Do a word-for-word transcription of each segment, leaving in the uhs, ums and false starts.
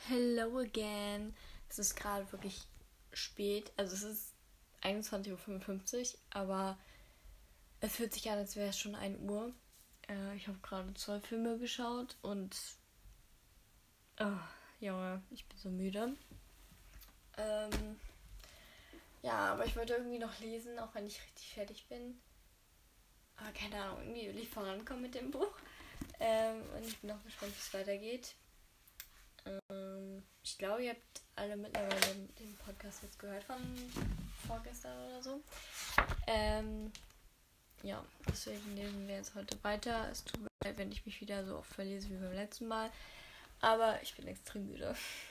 Hello again. Es ist gerade wirklich spät. Also es ist einundzwanzig Uhr fünfundfünfzig, aber es fühlt sich an, als wäre es schon ein Uhr. Äh, ich habe gerade zwei Filme geschaut und oh, Junge, ich bin so müde. Ähm, ja, aber ich wollte irgendwie noch lesen, auch wenn ich richtig fertig bin. Aber keine Ahnung, irgendwie will ich vorankommen mit dem Buch. Ähm, und ich bin auch gespannt, wie es weitergeht. Ähm, ich glaube, ihr habt alle mittlerweile den Podcast jetzt gehört von vorgestern oder so. Ähm, ja, deswegen lesen wir jetzt heute weiter. Es tut mir leid, wenn ich mich wieder so oft verlese wie beim letzten Mal. Aber ich bin extrem müde.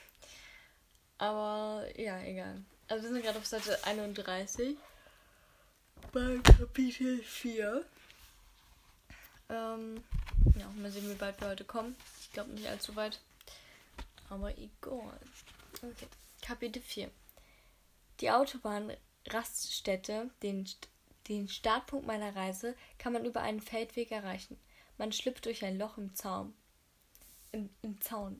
Aber ja, egal. Also wir sind gerade auf Seite einunddreißig. Bei Kapitel vier. Ähm, ja, mal sehen, wie weit wir heute kommen. Ich glaube nicht allzu weit. Aber egal. Okay. Kapitel vier. Die Autobahn-Raststätte, den, den Startpunkt meiner Reise, kann man über einen Feldweg erreichen. Man schlüpft durch ein Loch im Zaun. Im, im Zaun.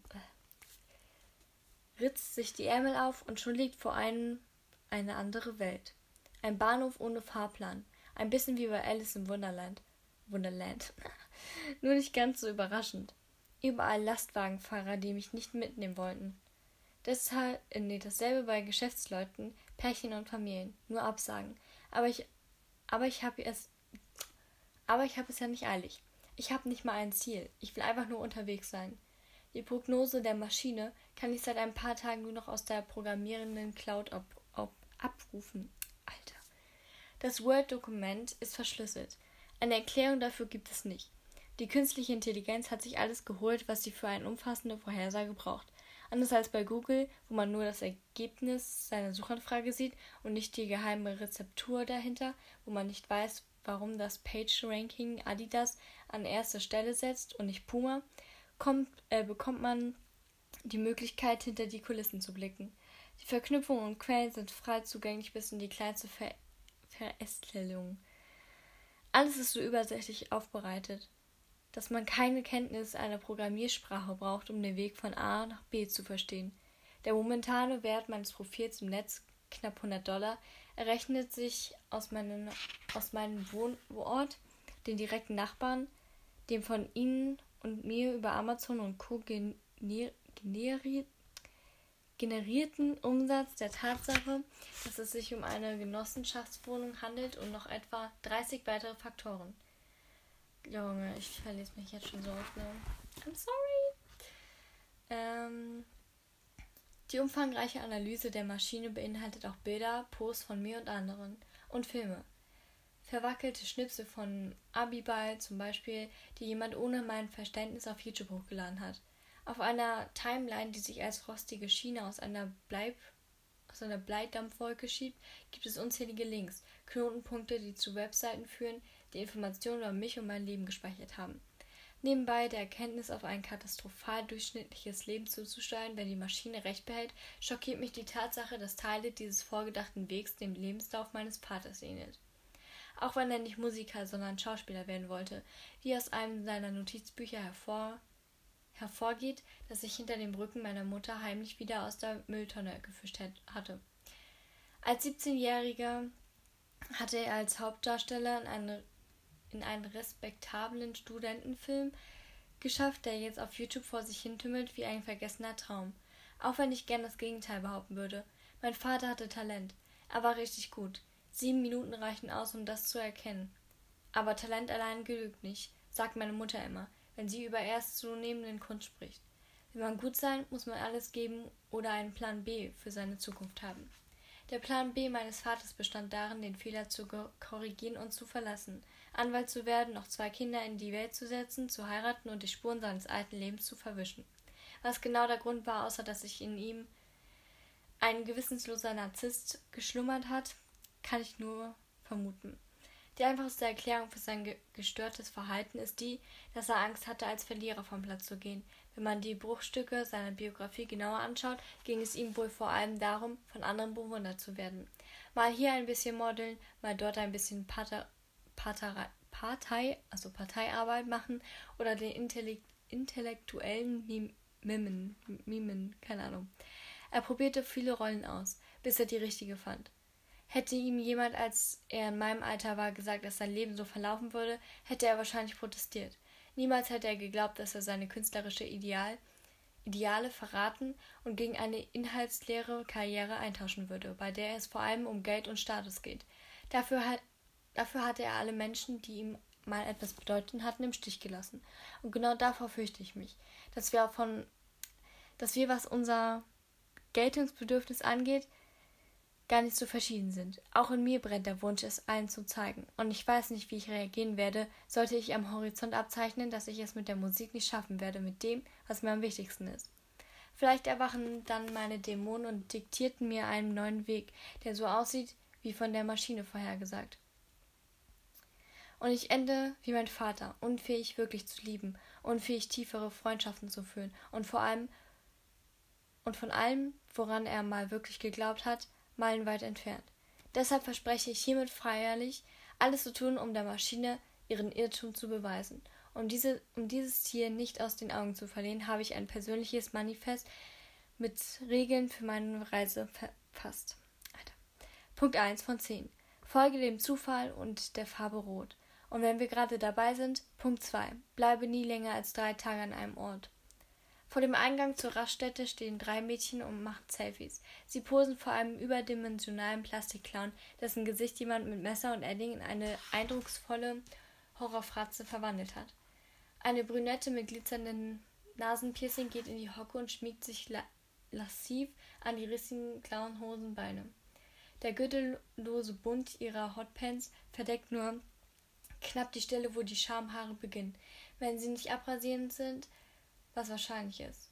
Ritzt sich die Ärmel auf und schon liegt vor einem eine andere Welt. Ein Bahnhof ohne Fahrplan. Ein bisschen wie bei Alice im Wunderland. Wunderland. Nur nicht ganz so überraschend. Überall Lastwagenfahrer, die mich nicht mitnehmen wollten. Deshalb, nee, dasselbe bei Geschäftsleuten, Pärchen und Familien. Nur Absagen. Aber ich, aber ich habe es, aber ich habe es ja nicht eilig. Ich habe nicht mal ein Ziel. Ich will einfach nur unterwegs sein. Die Prognose der Maschine kann ich seit ein paar Tagen nur noch aus der programmierenden Cloud ab, ab, abrufen. Alter. Das Word-Dokument ist verschlüsselt. Eine Erklärung dafür gibt es nicht. Die künstliche Intelligenz hat sich alles geholt, was sie für eine umfassende Vorhersage braucht. Anders als bei Google, wo man nur das Ergebnis seiner Suchanfrage sieht und nicht die geheime Rezeptur dahinter, wo man nicht weiß, warum das PageRanking Adidas an erste Stelle setzt und nicht Puma, kommt, äh, bekommt man die Möglichkeit, hinter die Kulissen zu blicken. Die Verknüpfungen und Quellen sind frei zugänglich bis in die kleinste Ver- Verästelung. Alles ist so übersichtlich aufbereitet, dass man keine Kenntnis einer Programmiersprache braucht, um den Weg von A nach B zu verstehen. Der momentane Wert meines Profils im Netz, knapp hundert Dollar, errechnet sich aus, meinen, aus meinem Wohnort, den direkten Nachbarn, dem von Ihnen und mir über Amazon und Co. Generi- generi- generierten Umsatz, der Tatsache, dass es sich um eine Genossenschaftswohnung handelt und noch etwa dreißig weitere Faktoren. Junge, ich verlese mich jetzt schon so oft, ne? I'm sorry. Ähm, die umfangreiche Analyse der Maschine beinhaltet auch Bilder, Posts von mir und anderen und Filme. Verwackelte Schnipsel von Abiball zum Beispiel, die jemand ohne mein Verständnis auf YouTube hochgeladen hat. Auf einer Timeline, die sich als frostige Schiene aus einer, Bleib, aus einer Bleidampfwolke schiebt, gibt es unzählige Links, Knotenpunkte, die zu Webseiten führen, die Informationen über mich und mein Leben gespeichert haben. Nebenbei der Erkenntnis, auf ein katastrophal durchschnittliches Leben zuzusteuern, wenn die Maschine recht behält, schockiert mich die Tatsache, dass Teile dieses vorgedachten Wegs dem Lebenslauf meines Vaters ähnelt. Auch wenn er nicht Musiker, sondern Schauspieler werden wollte, wie aus einem seiner Notizbücher hervor, hervorgeht, dass ich hinter dem Rücken meiner Mutter heimlich wieder aus der Mülltonne gefischt hatte. Als siebzehnjähriger hatte er als Hauptdarsteller in, eine, in einen respektablen Studentenfilm geschafft, der jetzt auf YouTube vor sich hintümmelt wie ein vergessener Traum. Auch wenn ich gern das Gegenteil behaupten würde. Mein Vater hatte Talent. Er war richtig gut. Sieben Minuten reichen aus, um das zu erkennen. Aber Talent allein genügt nicht, sagt meine Mutter immer, wenn sie über erstzunehmenden Kunst spricht. Will man gut sein, muss man alles geben oder einen Plan B für seine Zukunft haben. Der Plan B meines Vaters bestand darin, den Fehler zu korrigieren und zu verlassen, Anwalt zu werden, noch zwei Kinder in die Welt zu setzen, zu heiraten und die Spuren seines alten Lebens zu verwischen. Was genau der Grund war, außer dass sich in ihm ein gewissensloser Narzisst geschlummert hat, kann ich nur vermuten. Die einfachste Erklärung für sein ge- gestörtes Verhalten ist die, dass er Angst hatte, als Verlierer vom Platz zu gehen. Wenn man die Bruchstücke seiner Biografie genauer anschaut, ging es ihm wohl vor allem darum, von anderen bewundert zu werden. Mal hier ein bisschen modeln, mal dort ein bisschen Pater- Pater- Partei, also Parteiarbeit machen oder den Intellekt- intellektuellen Mim- Mimen, Mimen, keine Ahnung. Er probierte viele Rollen aus, bis er die richtige fand. Hätte ihm jemand, als er in meinem Alter war, gesagt, dass sein Leben so verlaufen würde, hätte er wahrscheinlich protestiert. Niemals hätte er geglaubt, dass er seine künstlerische Ideal, Ideale verraten und gegen eine inhaltsleere Karriere eintauschen würde, bei der es vor allem um Geld und Status geht. Dafür, hat, dafür hatte er alle Menschen, die ihm mal etwas bedeuten hatten, im Stich gelassen. Und genau davor fürchte ich mich, dass wir, von, dass wir was unser Geltungsbedürfnis angeht, gar nicht so verschieden sind. Auch in mir brennt der Wunsch, es allen zu zeigen. Und ich weiß nicht, wie ich reagieren werde, sollte ich am Horizont abzeichnen, dass ich es mit der Musik nicht schaffen werde, mit dem, was mir am wichtigsten ist. Vielleicht erwachen dann meine Dämonen und diktierten mir einen neuen Weg, der so aussieht, wie von der Maschine vorhergesagt. Und ich ende wie mein Vater, unfähig wirklich zu lieben, unfähig tiefere Freundschaften zu führen und vor allem und von allem, woran er mal wirklich geglaubt hat, meilenweit entfernt. Deshalb verspreche ich hiermit feierlich, alles zu tun, um der Maschine ihren Irrtum zu beweisen. Um, diese, um dieses Ziel nicht aus den Augen zu verlieren, habe ich ein persönliches Manifest mit Regeln für meine Reise verfasst. Alter. Punkt eins von zehn. Folge dem Zufall und der Farbe Rot. Und wenn wir gerade dabei sind, Punkt zwei. Bleibe nie länger als drei Tage an einem Ort. Vor dem Eingang zur Raststätte stehen drei Mädchen und machen Selfies. Sie posen vor einem überdimensionalen Plastikclown, dessen Gesicht jemand mit Messer und Edding in eine eindrucksvolle Horrorfratze verwandelt hat. Eine Brünette mit glitzernden Nasenpiercing geht in die Hocke und schmiegt sich la- lassiv an die rissigen blauen Hosenbeine. Der gürtellose Bund ihrer Hotpants verdeckt nur knapp die Stelle, wo die Schamhaare beginnen, wenn sie nicht abrasiert sind, was wahrscheinlich ist.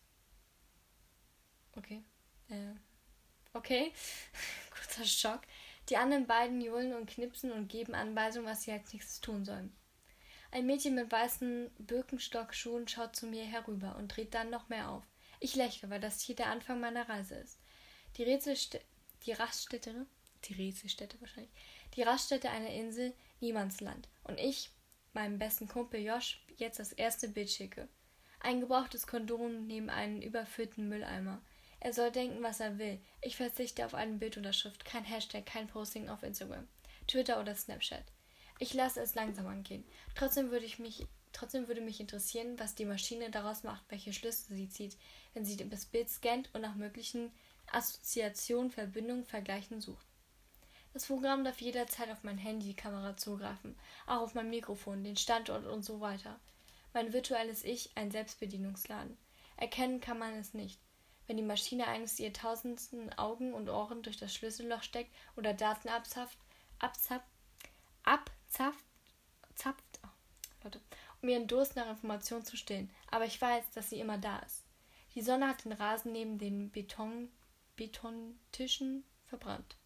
Okay. Äh. Okay. Kurzer Schock. Die anderen beiden johlen und knipsen und geben Anweisungen, was sie als nächstes tun sollen. Ein Mädchen mit weißen Birkenstock-Schuhen schaut zu mir herüber und dreht dann noch mehr auf. Ich lächle, weil das hier der Anfang meiner Reise ist. Die Rätselstätte, die Raststätte, ne? Die Rätselstätte wahrscheinlich. Die Raststätte einer Insel, Niemandsland. Und ich, meinem besten Kumpel Josh, jetzt das erste Bild schicke. Ein gebrauchtes Kondom neben einem überfüllten Mülleimer. Er soll denken, was er will. Ich verzichte auf eine Bildunterschrift, kein Hashtag, kein Posting auf Instagram, Twitter oder Snapchat. Ich lasse es langsam angehen. Trotzdem würde ich mich, trotzdem würde mich interessieren, was die Maschine daraus macht, welche Schlüsse sie zieht, wenn sie das Bild scannt und nach möglichen Assoziationen, Verbindungen, Vergleichen sucht. Das Programm darf jederzeit auf mein Handykamera zugreifen, auch auf mein Mikrofon, den Standort und so weiter. Mein virtuelles Ich, ein Selbstbedienungsladen. Erkennen kann man es nicht, wenn die Maschine eines ihrer tausendsten Augen und Ohren durch das Schlüsselloch steckt oder Daten abzapft, abzapft, abzapft, zapft, oh, Leute, um ihren Durst nach Informationen zu stillen. Aber ich weiß, dass sie immer da ist. Die Sonne hat den Rasen neben den Beton, Betontischen verbrannt.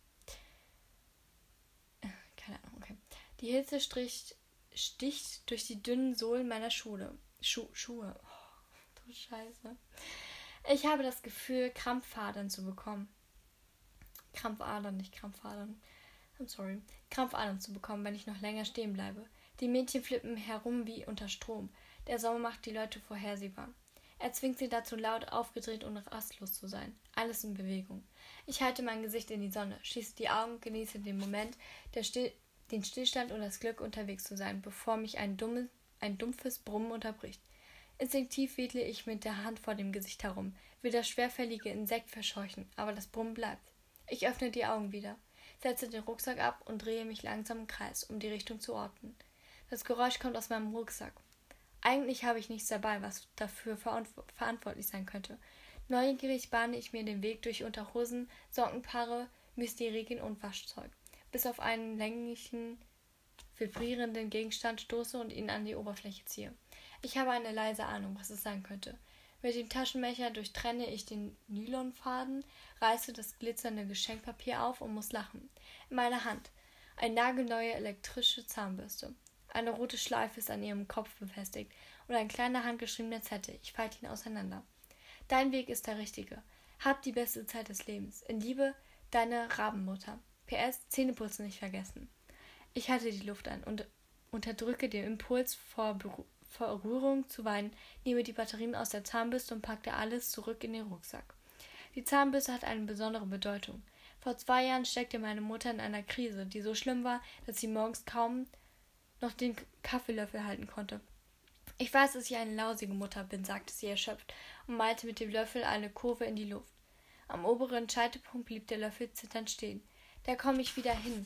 Keine Ahnung, okay. Die Hitze stricht sticht durch die dünnen Sohlen meiner Schuhe. Schu- Schuhe. Oh, du Scheiße. Ich habe das Gefühl, Krampfadern zu bekommen. Krampfadern, nicht Krampfadern. I'm sorry. Krampfadern zu bekommen, wenn ich noch länger stehen bleibe. Die Mädchen flippen herum wie unter Strom. Der Sommer macht die Leute vorhersehbar. Er zwingt sie dazu, laut, aufgedreht und rastlos zu sein. Alles in Bewegung. Ich halte mein Gesicht in die Sonne, schließe die Augen, genieße den Moment, der still den Stillstand und das Glück, unterwegs zu sein, bevor mich ein, dummes, ein dumpfes Brummen unterbricht. Instinktiv wedle ich mit der Hand vor dem Gesicht herum, will das schwerfällige Insekt verscheuchen, aber das Brummen bleibt. Ich öffne die Augen wieder, setze den Rucksack ab und drehe mich langsam im Kreis, um die Richtung zu orten. Das Geräusch kommt aus meinem Rucksack. Eigentlich habe ich nichts dabei, was dafür verantw- verantwortlich sein könnte. Neugierig bahne ich mir den Weg durch Unterhosen, Sockenpaare, Müsli-Regeln und Waschzeug, bis auf einen länglichen, vibrierenden Gegenstand stoße und ihn an die Oberfläche ziehe. Ich habe eine leise Ahnung, was es sein könnte. Mit dem Taschenmesser durchtrenne ich den Nylonfaden, reiße das glitzernde Geschenkpapier auf und muss lachen. In meiner Hand eine nagelneue elektrische Zahnbürste. Eine rote Schleife ist an ihrem Kopf befestigt und ein kleiner handgeschriebener Zettel. Ich falte ihn auseinander. Dein Weg ist der richtige. Hab die beste Zeit des Lebens. In Liebe, deine Rabenmutter. P S. Zähneputzen nicht vergessen. Ich halte die Luft an und unterdrücke den Impuls, vor, Beru- vor Rührung zu weinen, nehme die Batterien aus der Zahnbürste und packte alles zurück in den Rucksack. Die Zahnbürste hat eine besondere Bedeutung. Vor zwei Jahren steckte meine Mutter in einer Krise, die so schlimm war, dass sie morgens kaum noch den Kaffeelöffel halten konnte. Ich weiß, dass ich eine lausige Mutter bin, sagte sie erschöpft und malte mit dem Löffel eine Kurve in die Luft. Am oberen Scheitelpunkt blieb der Löffel zitternd stehen. Da komme ich wieder hin,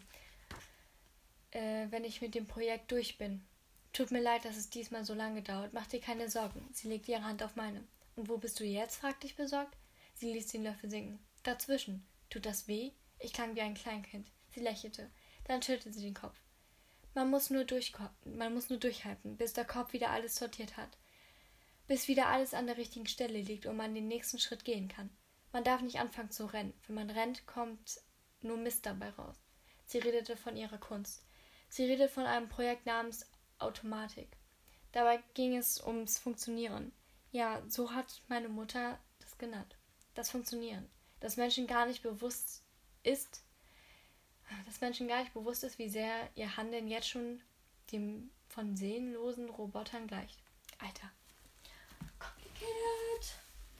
äh, wenn ich mit dem Projekt durch bin. Tut mir leid, dass es diesmal so lange dauert. Mach dir keine Sorgen. Sie legte ihre Hand auf meine. Und wo bist du jetzt? Fragte ich besorgt. Sie ließ den Löffel sinken. Dazwischen. Tut das weh? Ich klang wie ein Kleinkind. Sie lächelte. Dann schüttelte sie den Kopf. Man muss nur man muss nur durchhalten, bis der Kopf wieder alles sortiert hat. Bis wieder alles an der richtigen Stelle liegt und man den nächsten Schritt gehen kann. Man darf nicht anfangen zu rennen. Wenn man rennt, kommt nur Mist dabei raus. Sie redete von ihrer Kunst. Sie redete von einem Projekt namens Automatik. Dabei ging es ums Funktionieren. Ja, so hat meine Mutter das genannt. Das Funktionieren. Dass Menschen gar nicht bewusst ist, dass Menschen gar nicht bewusst ist, wie sehr ihr Handeln jetzt schon dem von seelenlosen Robotern gleicht. Alter. Complicated.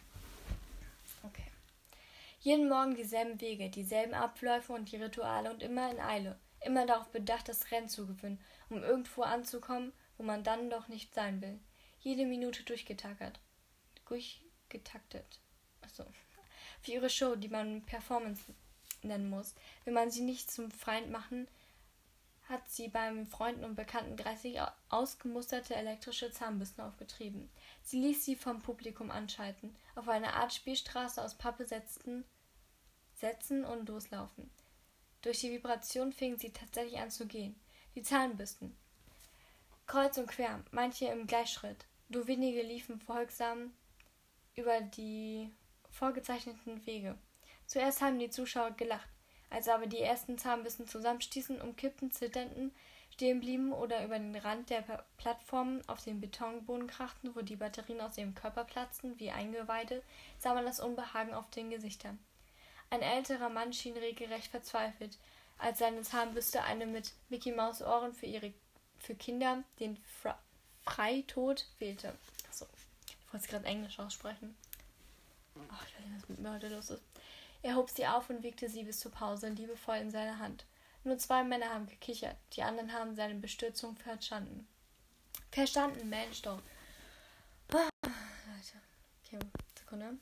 Okay. Jeden Morgen dieselben Wege, dieselben Abläufe und die Rituale und immer in Eile. Immer darauf bedacht, das Rennen zu gewinnen, um irgendwo anzukommen, wo man dann doch nicht sein will. Jede Minute durchgetackert. Durchgetaktet. Achso. Für ihre Show, die man Performance nennen muss. Will man sie nicht zum Feind machen, hat sie beim Freunden und Bekannten dreißig ausgemusterte elektrische Zahnbürsten aufgetrieben. Sie ließ sie vom Publikum anschalten, auf eine Art Spielstraße aus Pappe setzten, setzen und loslaufen. Durch die Vibration fingen sie tatsächlich an zu gehen. Die Zahnbürsten. Kreuz und quer, manche im Gleichschritt. Nur wenige liefen folgsam über die vorgezeichneten Wege. Zuerst haben die Zuschauer gelacht, als aber die ersten Zahnbürsten zusammenstießen, umkippten, zitternden, stehen blieben oder über den Rand der Plattform auf den Betonboden krachten, wo die Batterien aus ihrem Körper platzten, wie Eingeweide, sah man das Unbehagen auf den Gesichtern. Ein älterer Mann schien regelrecht verzweifelt, als seine Zahnbürste, eine mit Mickey-Maus-Ohren für ihre für Kinder, den Fra- Freitod wählte. Achso, ich wollte es gerade Englisch aussprechen. Ach, ich weiß nicht, was mit mir heute los ist. Er hob sie auf und wiegte sie bis zur Pause liebevoll in seine Hand. Nur zwei Männer haben gekichert, die anderen haben seine Bestürzung verstanden. Verstanden, Mensch doch. Ah, Leute. Okay, Sekunde.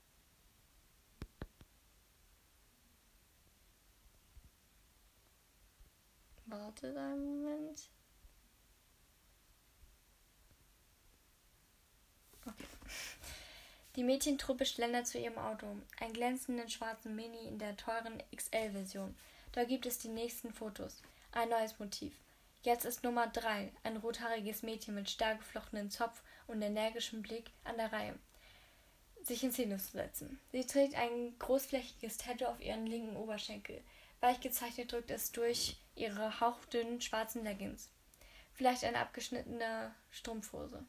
Warte einen Moment. Okay. Die Mädchentruppe schlendert zu ihrem Auto, einen glänzenden schwarzen Mini in der teuren X L-Version. Da gibt es die nächsten Fotos. Ein neues Motiv. Jetzt ist Nummer drei, ein rothaariges Mädchen mit stark geflochtenem Zopf und energischem Blick, an der Reihe, sich in Szene zu setzen. Sie trägt ein großflächiges Tattoo auf ihren linken Oberschenkel. Weich gezeichnet drückt es durch ihre hauchdünnen schwarzen Leggings. Vielleicht eine abgeschnittene Strumpfhose.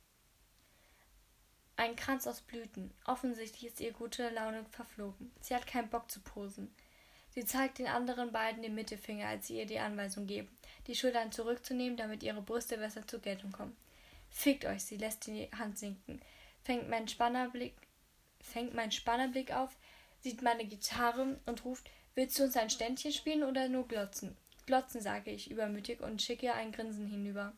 Ein Kranz aus Blüten. Offensichtlich ist ihr gute Laune verflogen. Sie hat keinen Bock zu posen. Sie zeigt den anderen beiden den Mittelfinger, als sie ihr die Anweisung geben, die Schultern zurückzunehmen, damit ihre Brüste besser zur Geltung kommen. Fickt euch, sie lässt die Hand sinken. Fängt mein Spannerblick, fängt mein Spannerblick auf, sieht meine Gitarre und ruft, willst du uns ein Ständchen spielen oder nur glotzen? Glotzen, sage ich übermütig und schicke ein Grinsen hinüber.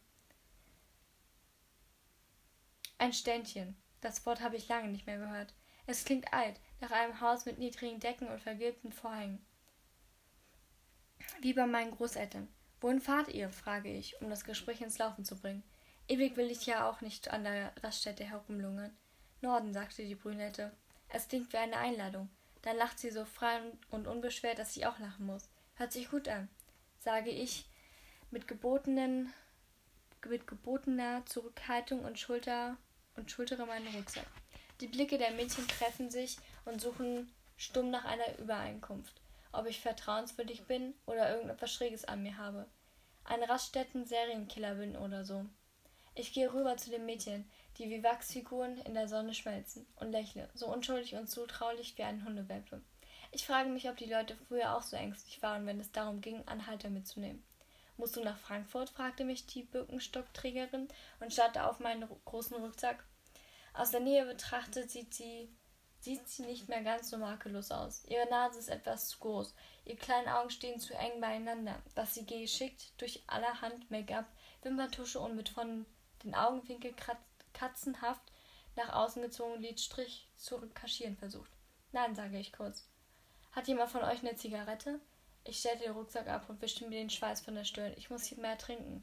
Ein Ständchen. Das Wort habe ich lange nicht mehr gehört. Es klingt alt, nach einem Haus mit niedrigen Decken und vergilbten Vorhängen. Wie bei meinen Großeltern. Wohin fahrt ihr? Frage ich, um das Gespräch ins Laufen zu bringen. Ewig will ich ja auch nicht an der Raststätte herumlungern. Norden, sagte die Brünette. Es klingt wie eine Einladung. Dann lacht sie so frei und unbeschwert, dass ich auch lachen muss. Hört sich gut an, sage ich, mit gebotenen, mit gebotener Zurückhaltung und Schulter und schultere meinen Rucksack. Die Blicke der Mädchen treffen sich und suchen stumm nach einer Übereinkunft, ob ich vertrauenswürdig bin oder irgendetwas Schräges an mir habe. Ein Raststätten-Serienkiller bin oder so. Ich gehe rüber zu den Mädchen, die wie Wachsfiguren in der Sonne schmelzen, und lächle, so unschuldig und zutraulich wie ein Hundewelpe. Ich frage mich, ob die Leute früher auch so ängstlich waren, wenn es darum ging, einen Halter mitzunehmen. Musst du nach Frankfurt? Fragte mich die Birkenstockträgerin und starrte auf meinen großen Rucksack. Aus der Nähe betrachtet sieht sie, sieht sie nicht mehr ganz so makellos aus. Ihre Nase ist etwas zu groß, ihre kleinen Augen stehen zu eng beieinander, was sie geschickt durch allerhand Make-up, Wimperntusche und mit von den Augenwinkeln katzenhaft nach außen gezogenen Lidstrich zu kaschieren versucht. Nein, sage ich kurz. Hat jemand von euch eine Zigarette? Ich stellte den Rucksack ab und wischte mir den Schweiß von der Stirn. Ich muss hier mehr trinken.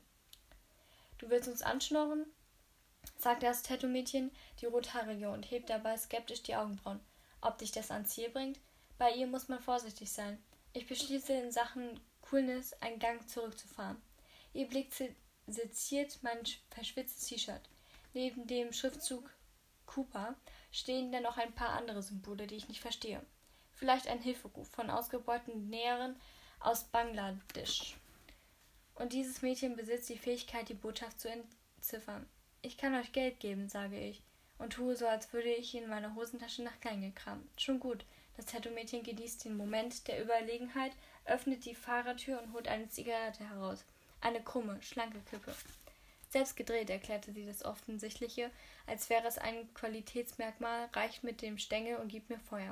Du willst uns anschnorren? Sagte das Tattoo-Mädchen, die rothaarige, und hebt dabei skeptisch die Augenbrauen. Ob dich das ans Ziel bringt? Bei ihr muss man vorsichtig sein. Ich beschließe, in Sachen Coolness einen Gang zurückzufahren. Ihr Blick seziert mein verschwitztes T-Shirt. Neben dem Schriftzug Cooper stehen dann noch ein paar andere Symbole, die ich nicht verstehe. Vielleicht ein Hilferuf von ausgebeuteten Näheren aus Bangladesch. Und dieses Mädchen besitzt die Fähigkeit, die Botschaft zu entziffern. Ich kann euch Geld geben, sage ich, und tue so, als würde ich in meiner Hosentasche nach Kleingeld kramen. Schon gut. Das Tattoo-Mädchen genießt den Moment der Überlegenheit, öffnet die Fahrertür und holt eine Zigarette heraus. Eine krumme, schlanke Kippe. Selbst gedreht, erklärte sie das Offensichtliche, als wäre es ein Qualitätsmerkmal, reicht mit dem Stängel und gibt mir Feuer.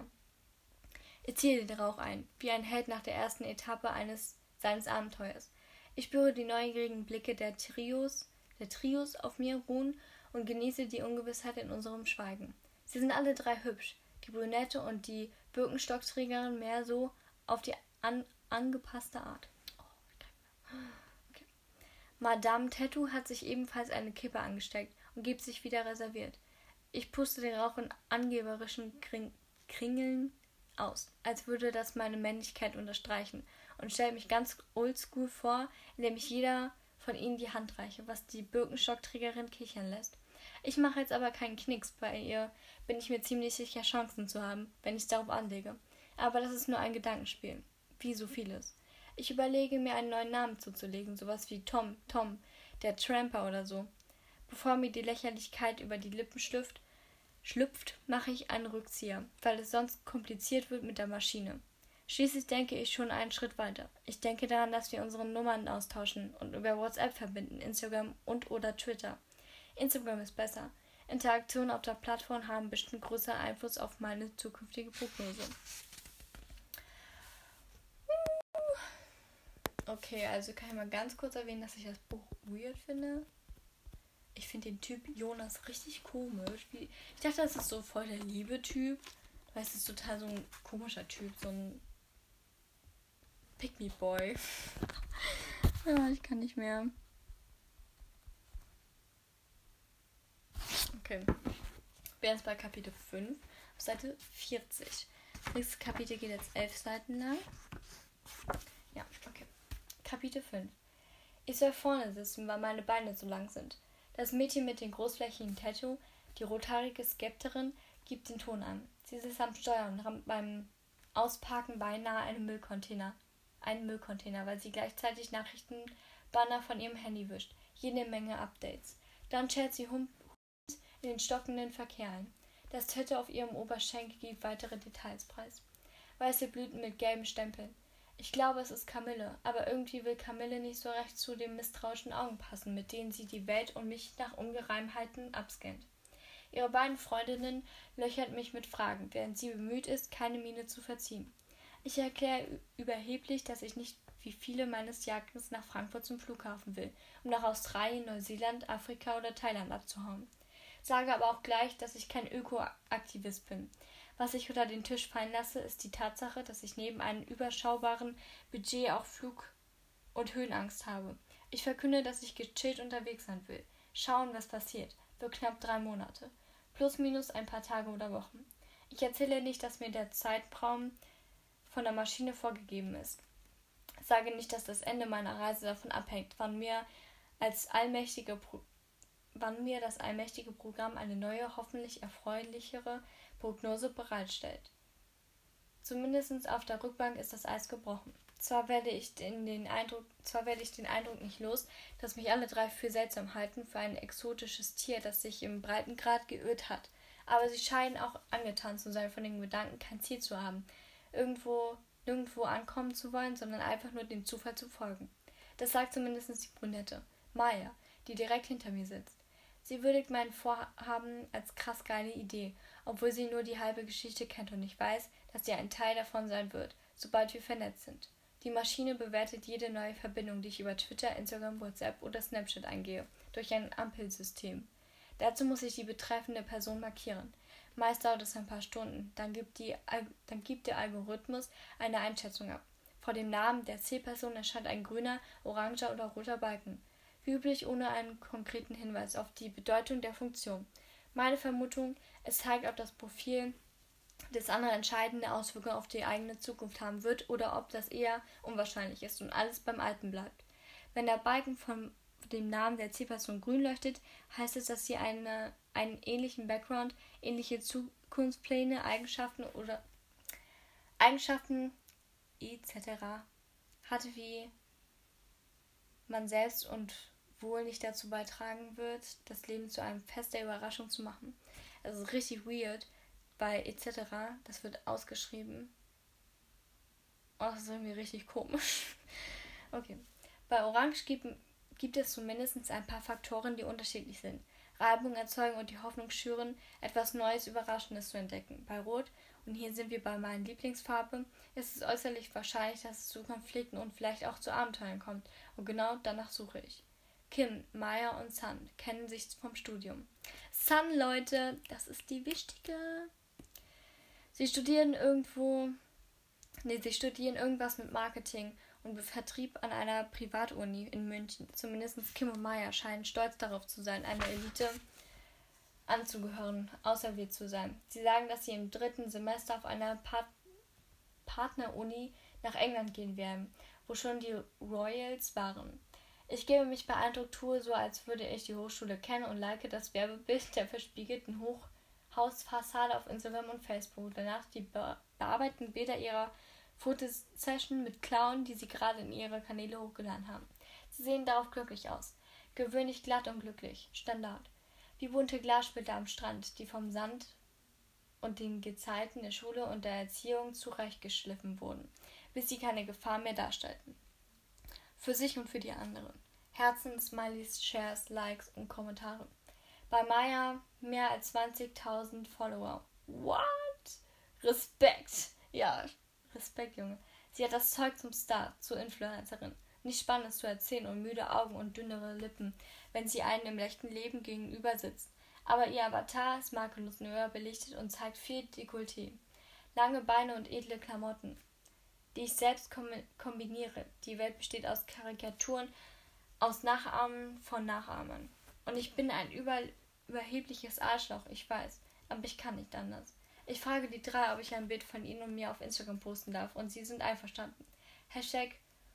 Ich ziehe den Rauch ein, wie ein Held nach der ersten Etappe eines seines Abenteuers. Ich spüre die neugierigen Blicke der Trios, der Trios auf mir ruhen und genieße die Ungewissheit in unserem Schweigen. Sie sind alle drei hübsch, die Brünette und die Birkenstockträgerin mehr so auf die an, angepasste Art. Oh, okay. Madame Tattoo hat sich ebenfalls eine Kippe angesteckt und gibt sich wieder reserviert. Ich puste den Rauch in angeberischen Kring Kringeln aus, als würde das meine Männlichkeit unterstreichen, und stelle mich ganz oldschool vor, indem ich jeder von ihnen die Hand reiche, was die Birkenstockträgerin kichern lässt. Ich mache jetzt aber keinen Knicks, bei ihr bin ich mir ziemlich sicher, Chancen zu haben, wenn ich es darauf anlege. Aber das ist nur ein Gedankenspiel, wie so vieles. Ich überlege, mir einen neuen Namen zuzulegen, sowas wie Tom, Tom, der Tramper oder so. Bevor mir die Lächerlichkeit über die Lippen schlüpft, schlüpft, mache ich einen Rückzieher, weil es sonst kompliziert wird mit der Maschine. Schließlich denke ich schon einen Schritt weiter. Ich denke daran, dass wir unsere Nummern austauschen und über WhatsApp verbinden, Instagram und oder Twitter. Instagram ist besser. Interaktionen auf der Plattform haben bestimmt größeren Einfluss auf meine zukünftige Prognose. Okay, also kann ich mal ganz kurz erwähnen, dass ich das Buch weird finde. Ich finde den Typ Jonas richtig komisch. Wie, ich dachte, das ist so voll der liebe Typ. Weil es ist total so ein komischer Typ, so ein Pick-me-Boy. Ja, ich kann nicht mehr. Okay. Ich bin jetzt bei Kapitel fünf, auf Seite vierzig. Das nächste Kapitel geht jetzt elf Seiten lang. Ja, okay. Kapitel fünf. Ich soll vorne sitzen, weil meine Beine so lang sind. Das Mädchen mit dem großflächigen Tattoo, die rothaarige Skepterin, gibt den Ton an. Sie sitzt am Steuer und rammt beim Ausparken beinahe einen Müllcontainer. Einen Müllcontainer, weil sie gleichzeitig Nachrichtenbanner von ihrem Handy wischt. Jede Menge Updates. Dann schert sie Hund in den stockenden Verkehr ein. Das Tattoo auf ihrem Oberschenkel gibt weitere Details preis. Weiße Blüten mit gelben Stempeln. Ich glaube, es ist Kamille, aber irgendwie will Kamille nicht so recht zu den misstrauischen Augen passen, mit denen sie die Welt und mich nach Ungereimheiten abscannt. Ihre beiden Freundinnen löchert mich mit Fragen, während sie bemüht ist, keine Miene zu verziehen. Ich erkläre überheblich, dass ich nicht wie viele meines Jahres nach Frankfurt zum Flughafen will, um nach Australien, Neuseeland, Afrika oder Thailand abzuhauen. Sage aber auch gleich, dass ich kein Ökoaktivist bin. Was ich unter den Tisch fallen lasse, ist die Tatsache, dass ich neben einem überschaubaren Budget auch Flug- und Höhenangst habe. Ich verkünde, dass ich gechillt unterwegs sein will. Schauen, was passiert. Für knapp drei Monate. Plus minus ein paar Tage oder Wochen. Ich erzähle nicht, dass mir der Zeitraum von der Maschine vorgegeben ist. Sage nicht, dass das Ende meiner Reise davon abhängt, wann mir als allmächtige Pro- wann mir das allmächtige Programm eine neue, hoffentlich erfreulichere Prognose bereitstellt. Zumindest auf der Rückbank ist das Eis gebrochen. Zwar werde ich den, den Eindruck, zwar werde ich den Eindruck nicht los, dass mich alle drei für seltsam halten, für ein exotisches Tier, das sich im Breitengrad geirrt hat. Aber sie scheinen auch angetan zu sein von dem Gedanken, kein Ziel zu haben, irgendwo, nirgendwo ankommen zu wollen, sondern einfach nur dem Zufall zu folgen. Das sagt zumindest die Brünette, Maya, die direkt hinter mir sitzt. Sie würdigt mein Vorhaben als krass geile Idee, obwohl sie nur die halbe Geschichte kennt und ich weiß, dass sie ein Teil davon sein wird, sobald wir vernetzt sind. Die Maschine bewertet jede neue Verbindung, die ich über Twitter, Instagram, WhatsApp oder Snapchat eingehe, durch ein Ampelsystem. Dazu muss ich die betreffende Person markieren. Meist dauert es ein paar Stunden, dann gibt, die, dann gibt der Algorithmus eine Einschätzung ab. Vor dem Namen der Zielperson erscheint ein grüner, oranger oder roter Balken. Wie üblich ohne einen konkreten Hinweis auf die Bedeutung der Funktion. Meine Vermutung, es zeigt, ob das Profil des anderen entscheidende Auswirkungen auf die eigene Zukunft haben wird oder ob das eher unwahrscheinlich ist und alles beim Alten bleibt. Wenn der Balken von dem Namen der Zielperson grün leuchtet, heißt es, dass sie eine, einen ähnlichen Background, ähnliche Zukunftspläne, Eigenschaften oder Eigenschaften et cetera hatte wie man selbst und wohl nicht dazu beitragen wird, das Leben zu einem Fest der Überraschung zu machen. Das ist richtig weird, bei et cetera, das wird ausgeschrieben. Oh, das ist irgendwie richtig komisch. Okay. Bei Orange gibt, gibt es zumindest ein paar Faktoren, die unterschiedlich sind. Reibung erzeugen und die Hoffnung schüren, etwas Neues, Überraschendes zu entdecken. Bei Rot, und hier sind wir bei meiner Lieblingsfarbe, ist es äußerlich wahrscheinlich, dass es zu Konflikten und vielleicht auch zu Abenteuern kommt. Und genau danach suche ich. Kim, Maya und Sun kennen sich vom Studium. Sun, Leute, das ist die wichtige. Sie studieren irgendwo, nee, sie studieren irgendwas mit Marketing und Vertrieb an einer Privatuni in München. Zumindest Kim und Maya scheinen stolz darauf zu sein, einer Elite anzugehören, auserwählt zu sein. Sie sagen, dass sie im dritten Semester auf einer Part- Partneruni nach England gehen werden, wo schon die Royals waren. Ich gebe mich beeindruckt, tue so, als würde ich die Hochschule kennen und like das Werbebild der verspiegelten Hochhausfassade auf Instagram und Facebook. Danach die be- bearbeiteten Bilder ihrer Fotosession mit Clown, die sie gerade in ihre Kanäle hochgeladen haben. Sie sehen darauf glücklich aus. Gewöhnlich glatt und glücklich. Standard. Wie bunte Glassplitter am Strand, die vom Sand und den Gezeiten der Schule und der Erziehung zurechtgeschliffen wurden, bis sie keine Gefahr mehr darstellten. Für sich und für die anderen. Herzen, Smileys, Shares, Likes und Kommentare. Bei Maya mehr als zwanzigtausend Follower. What? Respekt. Ja, Respekt, Junge. Sie hat das Zeug zum Star, zur Influencerin. Nichts Spannendes zu erzählen und müde Augen und dünnere Lippen, wenn sie einem im echten Leben gegenüber sitzt. Aber ihr Avatar ist makellos höher belichtet und zeigt viel Dekolleté. Lange Beine und edle Klamotten, die ich selbst kombiniere. Die Welt besteht aus Karikaturen, aus Nachahmen von Nachahmern. Und ich bin ein über, überhebliches Arschloch, ich weiß, aber ich kann nicht anders. Ich frage die drei, ob ich ein Bild von ihnen und mir auf Instagram posten darf und sie sind einverstanden. Hashtag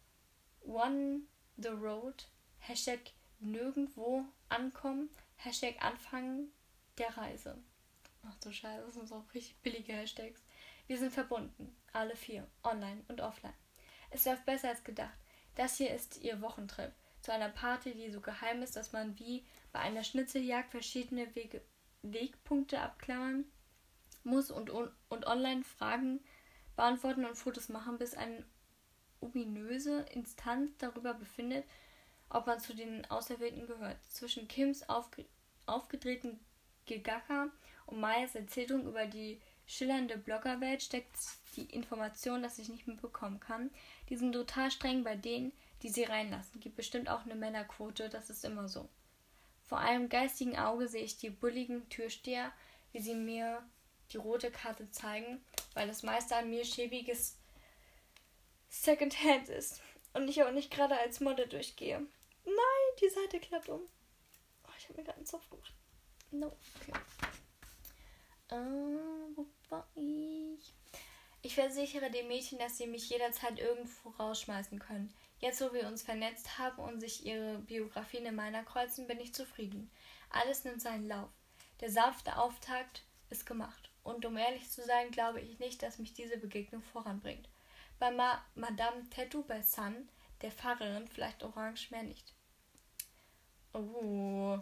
One the Road, Hashtag Nirgendwo ankommen, Hashtag Anfangen der Reise. Ach du Scheiße, das sind so richtig billige Hashtags. Wir sind verbunden, alle vier, online und offline. Es läuft besser als gedacht. Das hier ist ihr Wochentrip zu einer Party, die so geheim ist, dass man wie bei einer Schnitzeljagd verschiedene Wege, Wegpunkte abklammern muss und, und, und online Fragen beantworten und Fotos machen, bis eine ominöse Instanz darüber befindet, ob man zu den Auserwählten gehört. Zwischen Kims aufge, aufgedrehten Gegacker und Mayas Erzählung über die schillernde Bloggerwelt steckt die Information, dass ich nicht mehr bekommen kann. Die sind total streng bei denen, die sie reinlassen. Gibt bestimmt auch eine Männerquote, das ist immer so. Vor einem geistigen Auge sehe ich die bulligen Türsteher, wie sie mir die rote Karte zeigen, weil das meiste an mir schäbiges Secondhand ist und ich auch nicht gerade als Model durchgehe. Nein, die Seite klappt um. Oh, ich habe mir gerade einen Zopf gemacht. No, okay. Äh, wo war ich? Ich versichere den Mädchen, dass sie mich jederzeit irgendwo rausschmeißen können. Jetzt, wo wir uns vernetzt haben und sich ihre Biografien in meiner kreuzen, bin ich zufrieden. Alles nimmt seinen Lauf. Der sanfte Auftakt ist gemacht. Und um ehrlich zu sein, glaube ich nicht, dass mich diese Begegnung voranbringt. Bei Ma- Madame Tattoo bei Sun, der Pfarrerin, vielleicht Orange mehr nicht. Oh.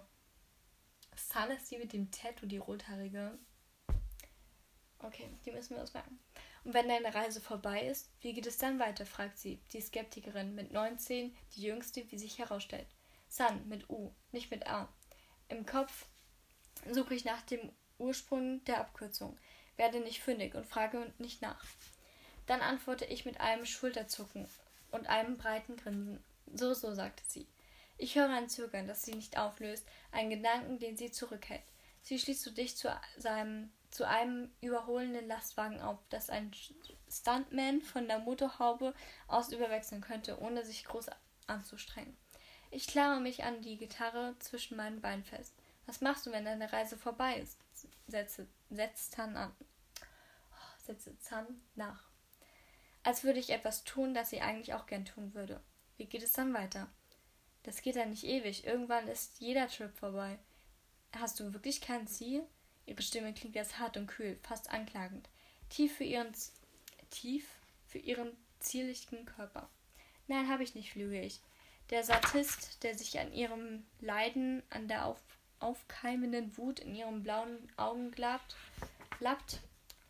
Sun ist die mit dem Tattoo, die rothaarige. Okay, die müssen wir uns merken. Und wenn deine Reise vorbei ist, wie geht es dann weiter, fragt sie, die Skeptikerin mit neunzehn, die jüngste, wie sich herausstellt. Sun mit U, nicht mit A. Im Kopf suche ich nach dem Ursprung der Abkürzung, werde nicht fündig und frage nicht nach. Dann antworte ich mit einem Schulterzucken und einem breiten Grinsen. So, so, sagte sie. Ich höre ein Zögern, das sie nicht auflöst, einen Gedanken, den sie zurückhält. Sie schließt so dicht zu seinem, zu einem überholenden Lastwagen auf, dass ein Stuntman von der Motorhaube aus überwechseln könnte, ohne sich groß anzustrengen. Ich klammer mich an die Gitarre zwischen meinen Beinen fest. Was machst du, wenn deine Reise vorbei ist? Setze, setzt Tan an. Oh, setze Tan nach. Als würde ich etwas tun, das sie eigentlich auch gern tun würde. Wie geht es dann weiter? Das geht ja nicht ewig. Irgendwann ist jeder Trip vorbei. Hast du wirklich kein Ziel? Ihre Stimme klingt jetzt hart und kühl, fast anklagend. Tief für ihren, tief für ihren zierlichen Körper. Nein, habe ich nicht, lüge ich. Der Sadist, der sich an ihrem Leiden, an der auf, aufkeimenden Wut in ihren blauen Augen glabt, lappt.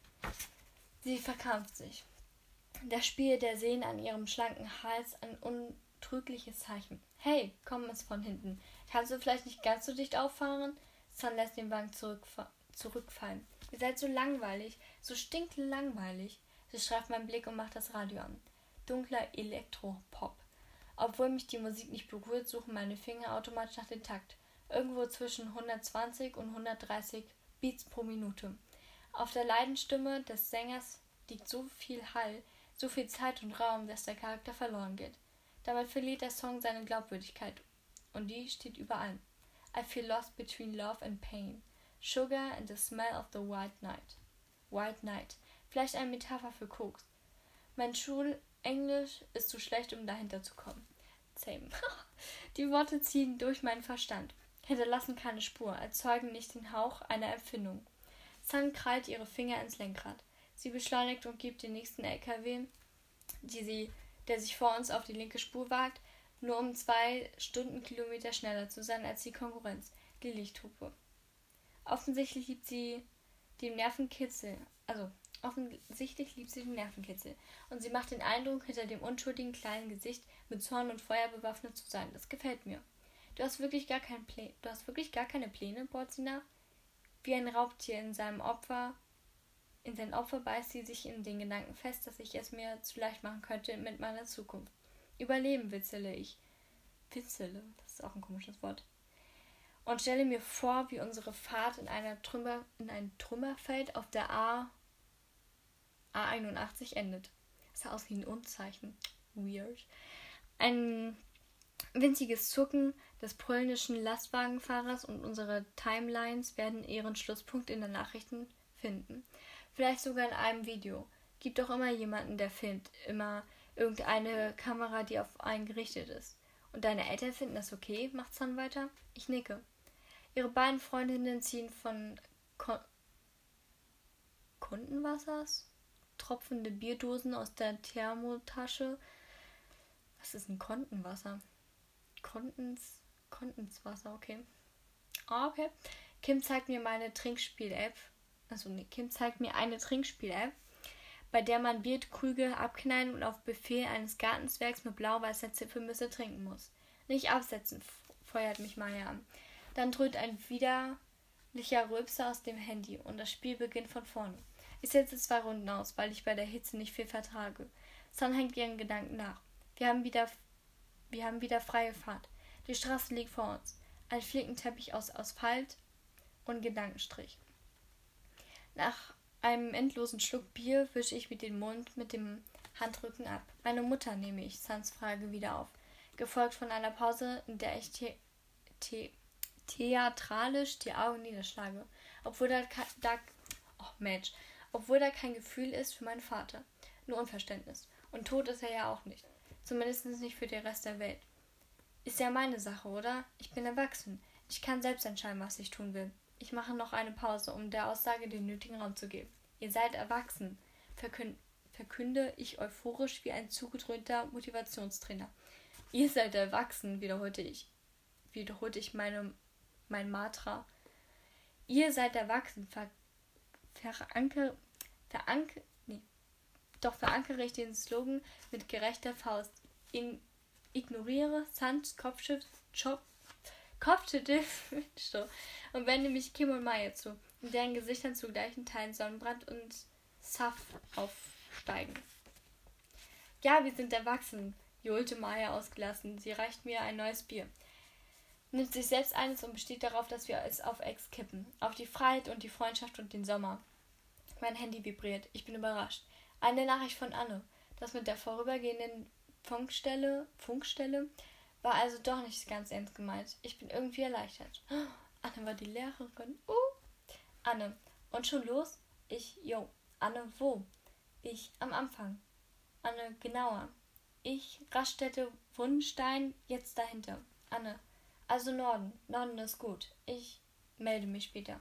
Sie verkrampft sich. Das Spiel der Sehnen an ihrem schlanken Hals ein untrügliches Zeichen. Hey, komm es von hinten. Kannst du vielleicht nicht ganz so dicht auffahren? Sun lässt den Wagen zurückfa- zurückfallen. Ihr seid so langweilig, so stinklangweilig. Sie streift meinen Blick und macht das Radio an. Dunkler Elektropop. Obwohl mich die Musik nicht berührt, suchen meine Finger automatisch nach dem Takt. Irgendwo zwischen hundertzwanzig und hundertdreißig Beats pro Minute. Auf der Leidenstimme des Sängers liegt so viel Hall, so viel Zeit und Raum, dass der Charakter verloren geht. Damit verliert der Song seine Glaubwürdigkeit. Und die steht über allem. I feel lost between love and pain. Sugar and the smell of the white night. White night. Vielleicht eine Metapher für Koks. Mein Schulenglisch ist zu schlecht, um dahinter zu kommen. Same. Die Worte ziehen durch meinen Verstand, hinterlassen keine Spur, erzeugen nicht den Hauch einer Empfindung. Sun krallt ihre Finger ins Lenkrad. Sie beschleunigt und gibt den nächsten L K W, die sie, der sich vor uns auf die linke Spur wagt, nur um zwei Stundenkilometer schneller zu sein als die Konkurrenz, die Lichthupe. Offensichtlich liebt sie den Nervenkitzel, also offensichtlich liebt sie den Nervenkitzel. Und sie macht den Eindruck, hinter dem unschuldigen kleinen Gesicht mit Zorn und Feuer bewaffnet zu sein. Das gefällt mir. Du hast wirklich gar keinen Plä- Du hast wirklich gar keine Pläne, bohrt sie nach. Wie ein Raubtier in seinem Opfer, in sein Opfer beißt sie sich in den Gedanken fest, dass ich es mir zu leicht machen könnte mit meiner Zukunft. Überleben witzele ich. Witzele, das ist auch ein komisches Wort. Und stelle mir vor, wie unsere Fahrt in, einer Trümmer, in ein Trümmerfeld auf der A einundachtzig endet. Das sah aus wie ein Unzeichen. Weird. Ein winziges Zucken des polnischen Lastwagenfahrers und unsere Timelines werden ihren Schlusspunkt in den Nachrichten finden. Vielleicht sogar in einem Video. Gibt doch immer jemanden, der filmt. Immer irgendeine Kamera, die auf einen gerichtet ist. Und deine Eltern finden das okay? Macht Sun weiter? Ich nicke. Ihre beiden Freundinnen ziehen von Kon- Kundenwassers tropfende Bierdosen aus der Thermotasche. Was ist ein Kontenwasser? Kontens, Kontenswasser, okay. Ah, okay. Kim zeigt mir meine Trinkspiel-App. Also nee, Kim zeigt mir eine Trinkspiel-App, bei der man Bierkrüge abknallen und auf Befehl eines Gartenzwergs mit blau-weißer Zipfelmütze trinken muss. Nicht absetzen, feuert mich Maya an. Dann dröhnt ein widerlicher Rülpser aus dem Handy und das Spiel beginnt von vorne. Ich setze zwei Runden aus, weil ich bei der Hitze nicht viel vertrage. Sun hängt ihren Gedanken nach. Wir haben wieder, wir haben wieder freie Fahrt. Die Straße liegt vor uns. Ein Flickenteppich aus Asphalt und Gedankenstrich. Nach einem endlosen Schluck Bier wische ich mit dem Mund mit dem Handrücken ab. Meine Mutter nehme ich Suns Frage wieder auf, gefolgt von einer Pause, in der ich the- the- theatralisch die Augen niederschlage, obwohl da, da oh Mensch, obwohl da kein Gefühl ist für meinen Vater, nur Unverständnis. Und tot ist er ja auch nicht, zumindest nicht für den Rest der Welt. Ist ja meine Sache, oder? Ich bin erwachsen. Ich kann selbst entscheiden, was ich tun will. Ich mache noch eine Pause, um der Aussage den nötigen Raum zu geben. Ihr seid erwachsen, verkün- verkünde ich euphorisch wie ein zugedröhnter Motivationstrainer. Ihr seid erwachsen, wiederholte ich. Wiederholte ich meine, mein Mantra. Ihr seid erwachsen, ver, veranke, veranke, nee, Doch verankere ich den Slogan mit gerechter Faust. In, ignoriere Sans Kopfschüttel Kopfschüttel und wende mich Kim und Maya zu, in deren Gesichtern zu gleichen Teilen Sonnenbrand und Saft aufsteigen. Ja, wir sind erwachsen, johlte Maya ausgelassen. Sie reicht mir ein neues Bier. Nimmt sich selbst eines und besteht darauf, dass wir es auf Ex kippen. Auf die Freiheit und die Freundschaft und den Sommer. Mein Handy vibriert. Ich bin überrascht. Eine Nachricht von Anne. Das mit der vorübergehenden Funkstelle, Funkstelle war also doch nicht ganz ernst gemeint. Ich bin irgendwie erleichtert. Oh, Anne war die Lehrerin. Uh. Anne. Und schon los? Ich. Jo. Anne, wo? Ich. Am Anfang. Anne. Genauer. Ich. Raststätte Wundenstein. Jetzt dahinter. Anne. Also Norden. Norden ist gut. Ich melde mich später.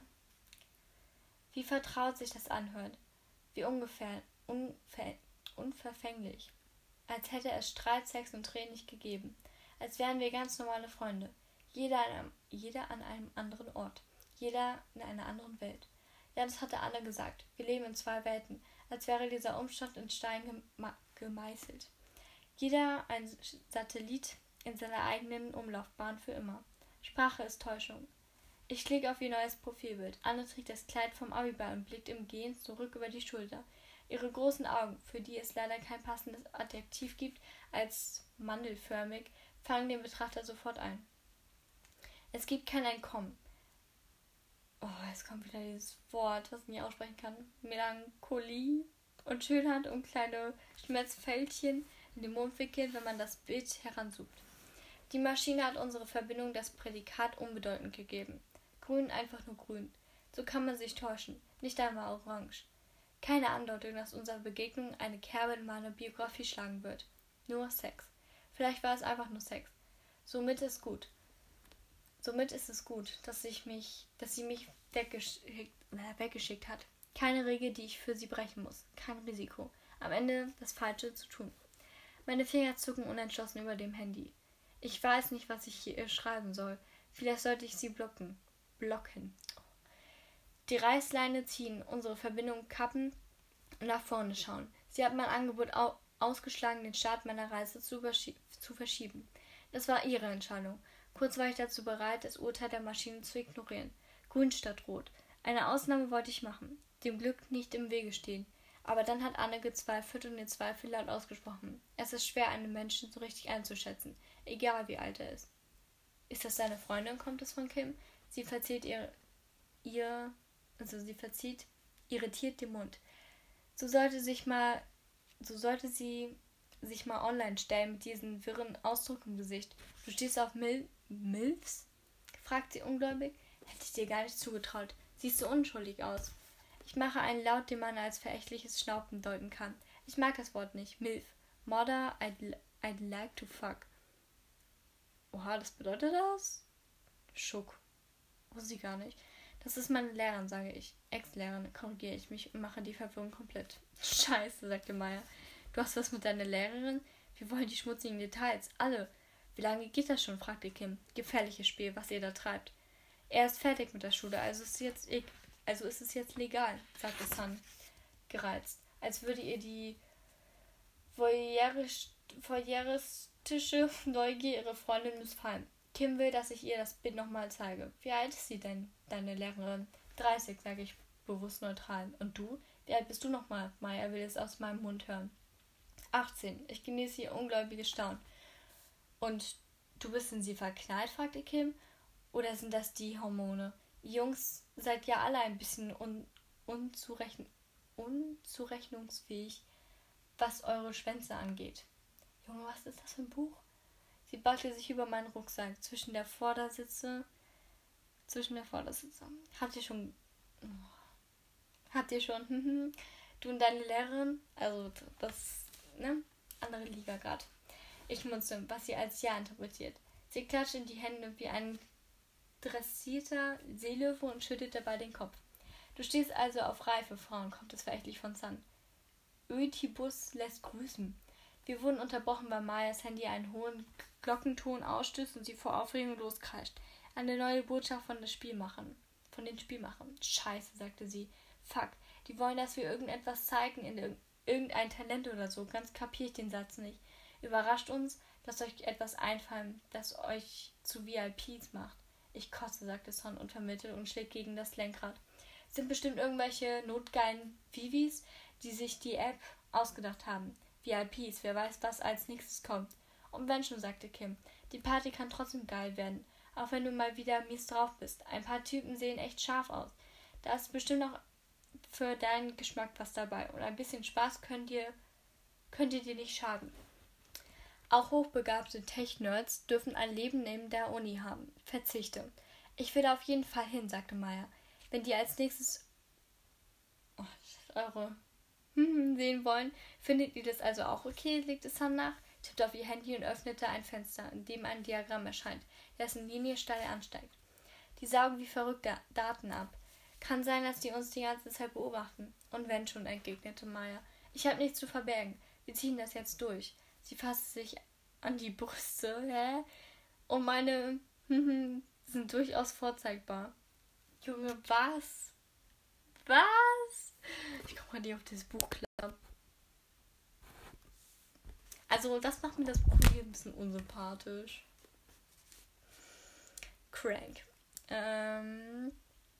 Wie vertraut sich das anhört. Wie ungefähr, unver, unverfänglich. Als hätte es Streit, Sex und Tränen nicht gegeben. Als wären wir ganz normale Freunde. Jeder an einem, jeder an einem anderen Ort. Jeder in einer anderen Welt. Ja, das hatte Anne gesagt. Wir leben in zwei Welten. Als wäre dieser Umstand in Stein geme- gemeißelt. Jeder ein Satellit in seiner eigenen Umlaufbahn für immer. Sprache ist Täuschung. Ich klicke auf ihr neues Profilbild. Anne trägt das Kleid vom Abiball und blickt im Gehen zurück über die Schulter. Ihre großen Augen, für die es leider kein passendes Adjektiv gibt als mandelförmig, fangen den Betrachter sofort ein. Es gibt kein Entkommen. Oh, jetzt kommt wieder dieses Wort, was ich nicht aussprechen kann. Melancholie und Schönheit und kleine Schmerzfältchen in den Mund wickeln, wenn man das Bild heranzoomt. Die Maschine hat unsere Verbindung das Prädikat unbedeutend gegeben. Grün, einfach nur grün. So kann man sich täuschen. Nicht einmal orange. Keine Andeutung, dass unsere Begegnung eine Kerbe in meiner Biografie schlagen wird. Nur Sex. Vielleicht war es einfach nur Sex. Somit ist gut. Somit ist es gut, dass ich mich, dass sie mich weggeschickt, äh, weggeschickt hat. Keine Regel, die ich für sie brechen muss. Kein Risiko. Am Ende das Falsche zu tun. Meine Finger zucken unentschlossen über dem Handy. Ich weiß nicht, was ich hier schreiben soll. Vielleicht sollte ich sie blocken. Blocken. Die Reißleine ziehen, unsere Verbindung kappen und nach vorne schauen. Sie hat mein Angebot au- ausgeschlagen, den Start meiner Reise zu, überschie- zu verschieben. Das war ihre Entscheidung. Kurz war ich dazu bereit, das Urteil der Maschine zu ignorieren. Grün statt Rot. Eine Ausnahme wollte ich machen. Dem Glück nicht im Wege stehen. Aber dann hat Anne gezweifelt und den Zweifel laut ausgesprochen. Es ist schwer, einen Menschen so richtig einzuschätzen, egal wie alt er ist. Ist das deine Freundin, kommt es von Kim? Sie verzieht ihr, ihr, also sie verzieht irritiert den Mund. So sollte sich mal, so sollte sie sich mal online stellen mit diesem wirren Ausdruck im Gesicht. Du stehst auf Mil- Milfs? Fragt sie ungläubig. Hätte ich dir gar nicht zugetraut. Siehst so unschuldig aus. Ich mache einen Laut, den man als verächtliches Schnauben deuten kann. Ich mag das Wort nicht. Milf. Mother, I'd, I'd like to fuck. Oha, das bedeutet das? Schuck. Wusste ich gar nicht. Das ist meine Lehrerin, sage ich. Ex-Lehrerin, korrigiere ich mich und mache die Verwirrung komplett. Scheiße, sagte Maya. Du hast was mit deiner Lehrerin? Wir wollen die schmutzigen Details. Alle. Wie lange geht das schon? Fragte Kim. Gefährliches Spiel, was ihr da treibt. Er ist fertig mit der Schule, also ist, jetzt, also ist es jetzt legal, sagte Sun, gereizt. Als würde ihr die voyeuristische Neugier ihrer Freundin missfallen. Kim will, dass ich ihr das Bild nochmal zeige. Wie alt ist sie denn, deine Lehrerin? dreißig, sage ich bewusst neutral. Und du? Wie alt bist du nochmal? Maya will es aus meinem Mund hören. achtzehn. Ich genieße ihr ungläubiges Staunen. Und du bist in sie verknallt? Fragte Kim. Oder sind das die Hormone? Ihr Jungs seid ja alle ein bisschen un- unzurechn- unzurechnungsfähig, was eure Schwänze angeht. Junge, was ist das für ein Buch? Sie beugte sich über meinen Rucksack zwischen der Vordersitze. Zwischen der Vordersitze. Habt ihr schon. Oh, habt ihr schon. Du und deine Lehrerin? Also, das. Ne? Andere Liga gerade. Ich munzte, was sie als Ja interpretiert. Sie klatscht in die Hände wie ein dressierter Seelöwe und schüttelt dabei den Kopf. Du stehst also auf reife Frauen, kommt es verächtlich von Sun. Ötibus lässt grüßen. Wir wurden unterbrochen, weil Mayas Handy einen hohen Glockenton ausstößt und sie vor Aufregung loskreischt. Eine neue Botschaft von den Spielmachern. Von den Spielmachern. Scheiße, sagte sie. Fuck, die wollen, dass wir irgendetwas zeigen in, irgendein Talent oder so. Ganz kapiere ich den Satz nicht. Überrascht uns, lasst euch etwas einfallen, das euch zu V I Ps macht. Ich kotze, sagte Son unvermittelt und schlägt gegen das Lenkrad. Sind bestimmt irgendwelche notgeilen Vivis, die sich die App ausgedacht haben. V I Ps, wer weiß, was als nächstes kommt. Und wenn schon, sagte Kim, die Party kann trotzdem geil werden, auch wenn du mal wieder mies drauf bist. Ein paar Typen sehen echt scharf aus. Da ist bestimmt noch für deinen Geschmack was dabei und ein bisschen Spaß könnt ihr, könnte dir nicht schaden. Auch hochbegabte Tech-Nerds dürfen ein Leben neben der Uni haben. Verzichte. Ich will da auf jeden Fall hin, sagte Maya. Wenn die als nächstes oh, eure sehen wollen, findet ihr das also auch okay, legte Sun nach, tippte auf ihr Handy und öffnete ein Fenster, in dem ein Diagramm erscheint, dessen Linie steil ansteigt. Die saugen wie verrückte Daten ab. Kann sein, dass die uns die ganze Zeit beobachten. Und wenn schon, entgegnete Maya. Ich habe nichts zu verbergen. Wir ziehen das jetzt durch. Sie fasste sich an die Brüste, hä? Und meine sind durchaus vorzeigbar. Junge, was? Was? Ich komme mal nicht auf dieses Buch klar. Also, das macht mir das Buch hier ein bisschen unsympathisch. Crank. Ähm...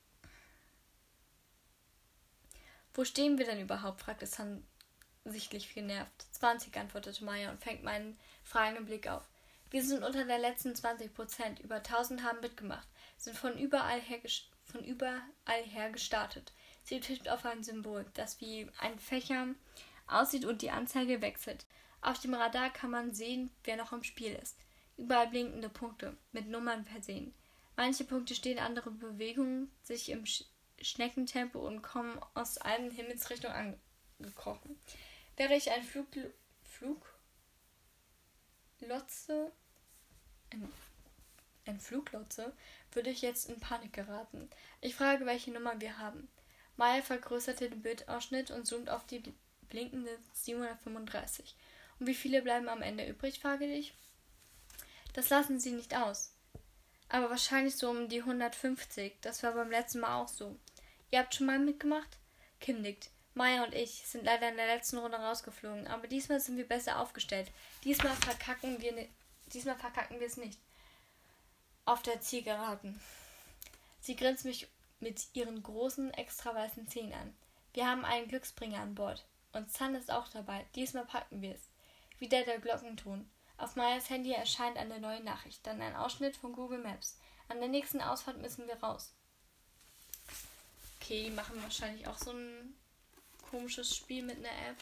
Wo stehen wir denn überhaupt? Fragte Sun sichtlich genervt. zwanzig, antwortete Maya und fängt meinen fragenden Blick auf. Wir sind unter der letzten zwanzig Prozent. Über tausend haben mitgemacht, sind von überall her, von überall her gestartet. Sie tippt auf ein Symbol, das wie ein Fächer aussieht und die Anzeige wechselt. Auf dem Radar kann man sehen, wer noch im Spiel ist. Überall blinkende Punkte, mit Nummern versehen. Manche Punkte stehen, andere bewegen sich im Sch- Schneckentempo und kommen aus allen Himmelsrichtungen angekrochen. Wäre ich ein Flug... Fluglotse... Ein, ein Fluglotse, würde ich jetzt in Panik geraten. Ich frage, welche Nummer wir haben. Maya vergrößerte den Bildausschnitt und zoomt auf die blinkende siebenhundertfünfunddreißig. Und wie viele bleiben am Ende übrig, frage ich. Das lassen sie nicht aus. Aber wahrscheinlich so um die hundertfünfzig. Das war beim letzten Mal auch so. Ihr habt schon mal mitgemacht? Kim nickt. Maya und ich sind leider in der letzten Runde rausgeflogen, aber diesmal sind wir besser aufgestellt. Diesmal verkacken wir ni- diesmal verkacken wir es nicht. Auf der Zielgeraden. Sie grinst mich mit ihren großen, extra weißen Zähnen an. Wir haben einen Glücksbringer an Bord. Und Sun ist auch dabei. Diesmal packen wir es. Wieder der Glockenton. Auf Mayas Handy erscheint eine neue Nachricht, dann ein Ausschnitt von Google Maps. An der nächsten Ausfahrt müssen wir raus. Okay, die machen wahrscheinlich auch so ein komisches Spiel mit einer App.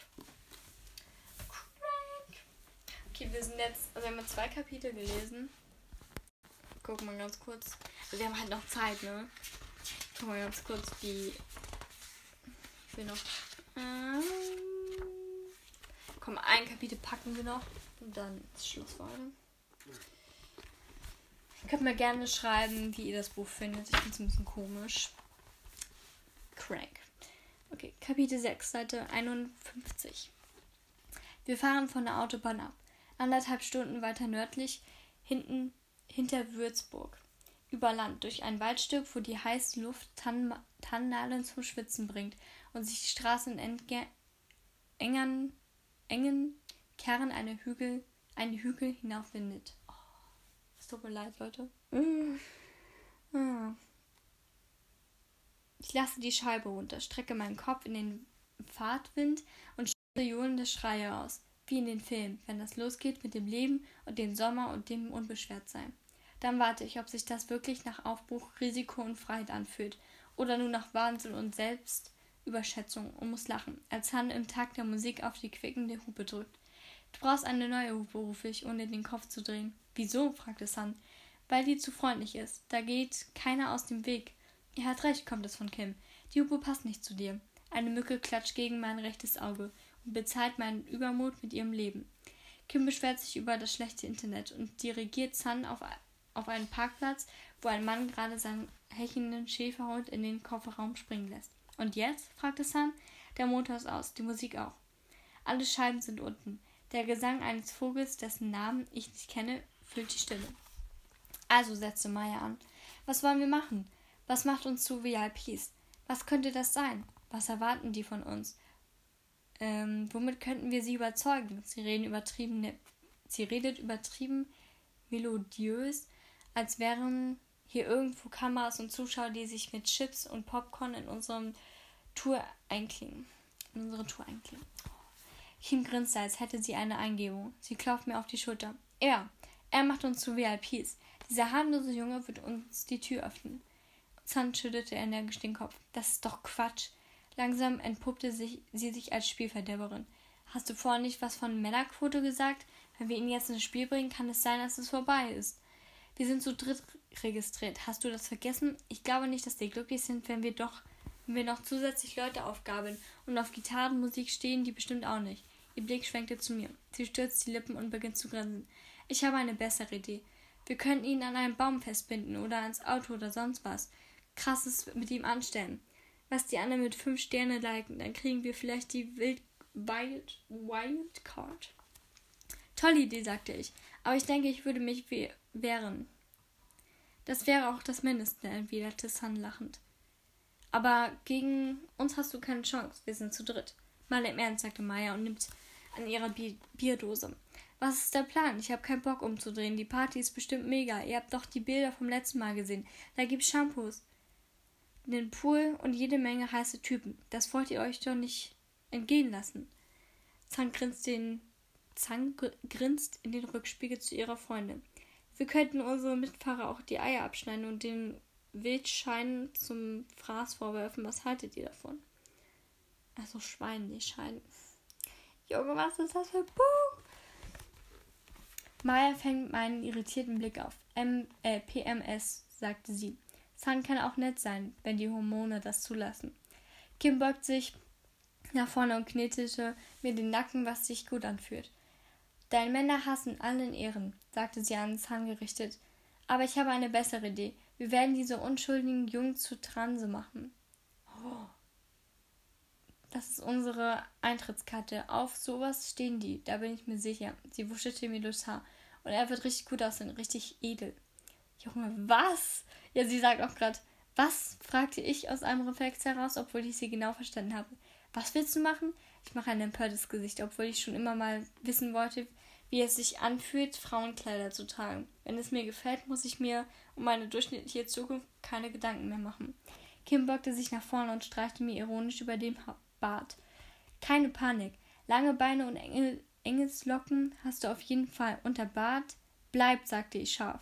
Okay, wir sind jetzt, also wir haben zwei Kapitel gelesen. Gucken wir ganz kurz. Also wir haben halt noch Zeit, ne? Gucken wir ganz kurz, wie wir noch... Ähm, komm, ein Kapitel packen wir noch. Und dann ist Schluss für heute. Könnt mir gerne schreiben, wie ihr das Buch findet. Ich finde es ein bisschen komisch. Crank. Okay, Kapitel sechs, Seite einundfünfzig. Wir fahren von der Autobahn ab. Anderthalb Stunden weiter nördlich, hinten hinter Würzburg. Über Land, durch ein Waldstück, wo die heiße Luft Tann- Tannennadeln zum Schwitzen bringt und sich die Straßen in entge- engen, engen Kern eine Hügel, einen Hügel hinaufwindet. Oh, es tut mir leid, Leute. Ich lasse die Scheibe runter, strecke meinen Kopf in den Fahrtwind und stoße johlende Schreie aus, wie in den Filmen, wenn das losgeht mit dem Leben und dem Sommer und dem Unbeschwertsein. Dann warte ich, ob sich das wirklich nach Aufbruch, Risiko und Freiheit anfühlt oder nur nach Wahnsinn und Selbstüberschätzung und muss lachen, als Han im Takt der Musik auf die quickende Hupe drückt. Du brauchst eine neue Hupe, rufe ich, ohne den Kopf zu drehen. Wieso? fragte Sun. Weil die zu freundlich ist. Da geht keiner aus dem Weg. Ihr hat recht, kommt es von Kim. Die Hupe passt nicht zu dir. Eine Mücke klatscht gegen mein rechtes Auge und bezahlt meinen Übermut mit ihrem Leben. Kim beschwert sich über das schlechte Internet und dirigiert Sun auf, auf einen Parkplatz, wo ein Mann gerade seinen hechelnden Schäferhund in den Kofferraum springen lässt. Und jetzt? fragte Sun. Der Motor ist aus, die Musik auch. Alle Scheiben sind unten. Der Gesang eines Vogels, dessen Namen ich nicht kenne, füllt die Stille. Also, setzte Maya an. Was wollen wir machen? Was macht uns zu V I Ps? Was könnte das sein? Was erwarten die von uns? Ähm, womit könnten wir sie überzeugen? Sie reden übertrieben, sie redet übertrieben melodiös, als wären hier irgendwo Kameras und Zuschauer, die sich mit Chips und Popcorn in unserem Tour einklingen. In unsere Tour einklingen. Kim grinste, als hätte sie eine Eingebung. Sie klopft mir auf die Schulter. Er, er macht uns zu V I Ps. Dieser harmlose Junge wird uns die Tür öffnen. Sun schüttelte energisch den Kopf. Das ist doch Quatsch. Langsam entpuppte sich, sie sich als Spielverderberin. Hast du vorhin nicht was von Männerquote gesagt? Wenn wir ihn jetzt ins Spiel bringen, kann es sein, dass es vorbei ist. Wir sind zu dritt registriert. Hast du das vergessen? Ich glaube nicht, dass die glücklich sind, wenn wir doch, wenn wir noch zusätzlich Leute aufgabeln. Und auf Gitarrenmusik stehen die bestimmt auch nicht. Ihr Blick schwenkte zu mir. Sie stürzt die Lippen und beginnt zu grinsen. Ich habe eine bessere Idee. Wir könnten ihn an einen Baum festbinden oder ans Auto oder sonst was Krasses mit ihm anstellen. Was die anderen mit fünf Sterne liken, dann kriegen wir vielleicht die Wild Wild Wildcard. Tolle Idee, sagte ich. Aber ich denke, ich würde mich we- wehren. Das wäre auch das Mindeste, erwiderte Sun lachend. Aber gegen uns hast du keine Chance. Wir sind zu dritt. Mal im Ernst, sagte Maya und nimmt an ihrer Bi- Bierdose. Was ist der Plan? Ich habe keinen Bock umzudrehen. Die Party ist bestimmt mega. Ihr habt doch die Bilder vom letzten Mal gesehen. Da gibt's Shampoos, den Pool und jede Menge heiße Typen. Das wollt ihr euch doch nicht entgehen lassen. Zang grinst, den, Zang grinst in den Rückspiegel zu ihrer Freundin. Wir könnten unsere Mitfahrer auch die Eier abschneiden und den Wildscheinen zum Fraß vorwerfen. Was haltet ihr davon? Also Schwein, die Scheinen. Junge, was ist das für ein Buch? Maya fängt meinen irritierten Blick auf. M- äh, P M S, sagte sie. Sun kann auch nett sein, wenn die Hormone das zulassen. Kim beugt sich nach vorne und knetete mir den Nacken, was sich gut anfühlt. Deine Männer hassen allen Ehren, sagte sie an Sun gerichtet. Aber ich habe eine bessere Idee. Wir werden diese unschuldigen Jungen zu Transe machen. Oh. Das ist unsere Eintrittskarte. Auf sowas stehen die, da bin ich mir sicher. Sie wuschelte mir durchs Haar. Und er wird richtig gut aussehen, richtig edel. Junge, was? Ja, sie sagt auch gerade, was? Fragte ich aus einem Reflex heraus, obwohl ich sie genau verstanden habe. Was willst du machen? Ich mache ein empörtes Gesicht, obwohl ich schon immer mal wissen wollte, wie es sich anfühlt, Frauenkleider zu tragen. Wenn es mir gefällt, muss ich mir um meine durchschnittliche Zukunft keine Gedanken mehr machen. Kim beugte sich nach vorne und streichte mir ironisch über den Bart. Keine Panik. Lange Beine und Engel, Engelslocken hast du auf jeden Fall. Und der Bart bleibt, sagte ich scharf.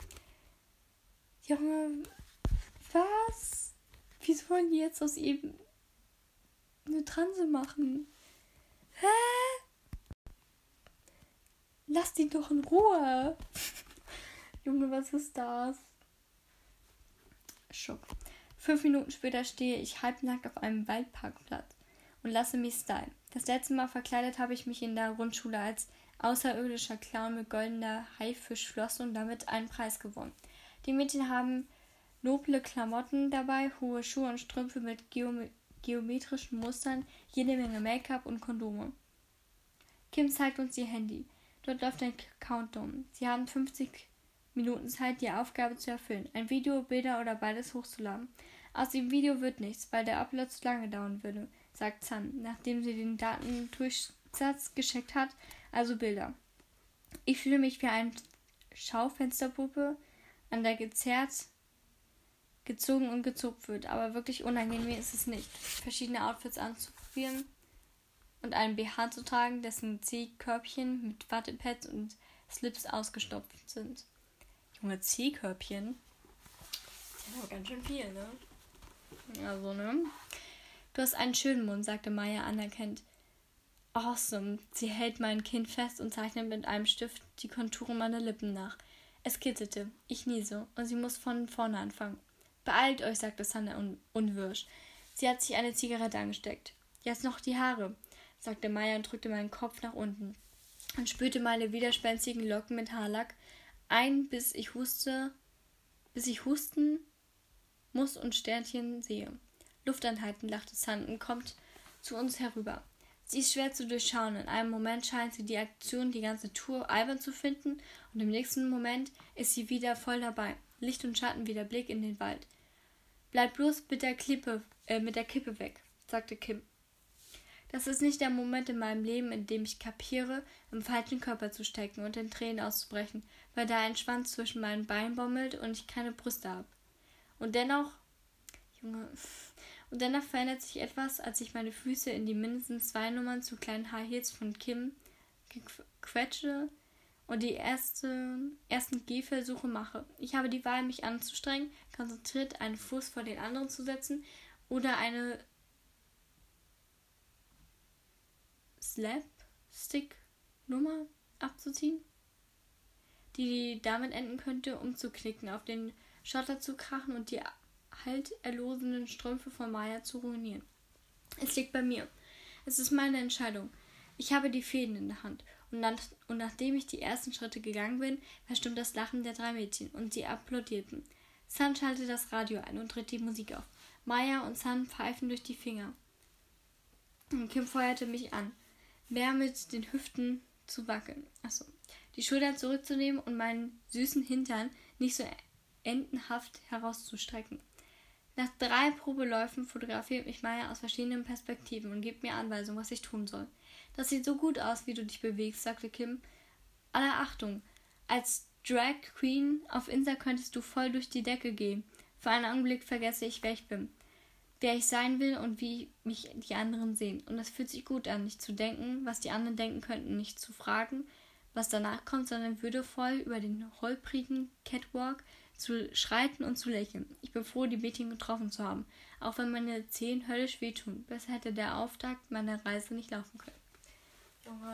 Junge, was? Wieso wollen die jetzt aus ihm eine Transe machen? Hä? Lass die doch in Ruhe. Junge, was ist das? Schock. Fünf Minuten später stehe ich halbnackt auf einem Waldparkplatz und lasse mich stylen. Das letzte Mal verkleidet habe ich mich in der Grundschule als außerirdischer Clown mit goldener Haifischflosse und damit einen Preis gewonnen. Die Mädchen haben noble Klamotten dabei, hohe Schuhe und Strümpfe mit geome- geometrischen Mustern, jede Menge Make-up und Kondome. Kim zeigt uns ihr Handy. Dort läuft ein Countdown. Sie haben fünfzig Minuten Zeit, die Aufgabe zu erfüllen, ein Video, Bilder oder beides hochzuladen. Aus dem Video wird nichts, weil der Upload zu lange dauern würde, sagt Sun, nachdem sie den Datendurchsatz gescheckt hat, also Bilder. Ich fühle mich wie eine Schaufensterpuppe, an der gezerrt, gezogen und gezuckt wird, aber wirklich unangenehm ist es nicht, verschiedene Outfits anzuprobieren und einen B H zu tragen, dessen C-Körbchen mit Wattepads und Slips ausgestopft sind. Junge, C-Körbchen? Das ist aber ganz schön viel, ne? Also, ne? Du hast einen schönen Mund, sagte Maya anerkennend. Awesome. Sie hält mein Kinn fest und zeichnet mit einem Stift die Konturen meiner Lippen nach. Es kitzelte. Ich niese und sie muss von vorne anfangen. Beeilt euch, sagte Sanna un- unwirsch. Sie hat sich eine Zigarette angesteckt. Jetzt noch die Haare, sagte Maya und drückte meinen Kopf nach unten und spülte meine widerspenstigen Locken mit Haarlack ein, bis ich huste, bis ich husten muss und Sternchen sehe. Luft anhalten, lachte Sun und kommt zu uns herüber. Sie ist schwer zu durchschauen. In einem Moment scheint sie die Aktion, die ganze Tour albern zu finden und im nächsten Moment ist sie wieder voll dabei. Licht und Schatten wie der Blick in den Wald. Bleib bloß mit der Klippe, äh, mit der Kippe weg, sagte Kim. Das ist nicht der Moment in meinem Leben, in dem ich kapiere, im falschen Körper zu stecken und in Tränen auszubrechen, weil da ein Schwanz zwischen meinen Beinen bommelt und ich keine Brüste habe. Und dennoch, Junge, und dennoch verändert sich etwas, als ich meine Füße in die mindestens zwei Nummern zu kleinen High Heels von Kim quetsche und die erste, ersten Gehversuche mache. Ich habe die Wahl, mich anzustrengen, konzentriert einen Fuß vor den anderen zu setzen oder eine Slapstick-Nummer abzuziehen, die damit enden könnte, umzuknicken, auf den Schotter zu krachen und die halterlosenen Strümpfe von Maya zu ruinieren. Es liegt bei mir. Es ist meine Entscheidung. Ich habe die Fäden in der Hand. Und, dann, und nachdem ich die ersten Schritte gegangen bin, verstummt das Lachen der drei Mädchen und sie applaudierten. Sun schaltet das Radio ein und dreht die Musik auf. Maya und Sun pfeifen durch die Finger. Und Kim feuerte mich an, mehr mit den Hüften zu wackeln. Achso. Die Schultern zurückzunehmen und meinen süßen Hintern nicht so entenhaft herauszustrecken. Nach drei Probeläufen fotografiert mich Maya aus verschiedenen Perspektiven und gibt mir Anweisungen, was ich tun soll. Das sieht so gut aus, wie du dich bewegst, sagte Kim. Aller Achtung, als Drag Queen auf Insta könntest du voll durch die Decke gehen. Für einen Augenblick vergesse ich, wer ich bin, wer ich sein will und wie mich die anderen sehen. Und es fühlt sich gut an, nicht zu denken, was die anderen denken könnten, nicht zu fragen, was danach kommt, sondern würdevoll über den holprigen Catwalk zu schreiten und zu lächeln. Ich bin froh, die Mädchen getroffen zu haben, auch wenn meine Zehen höllisch wehtun. Besser hätte der Auftakt meiner Reise nicht laufen können. Junge.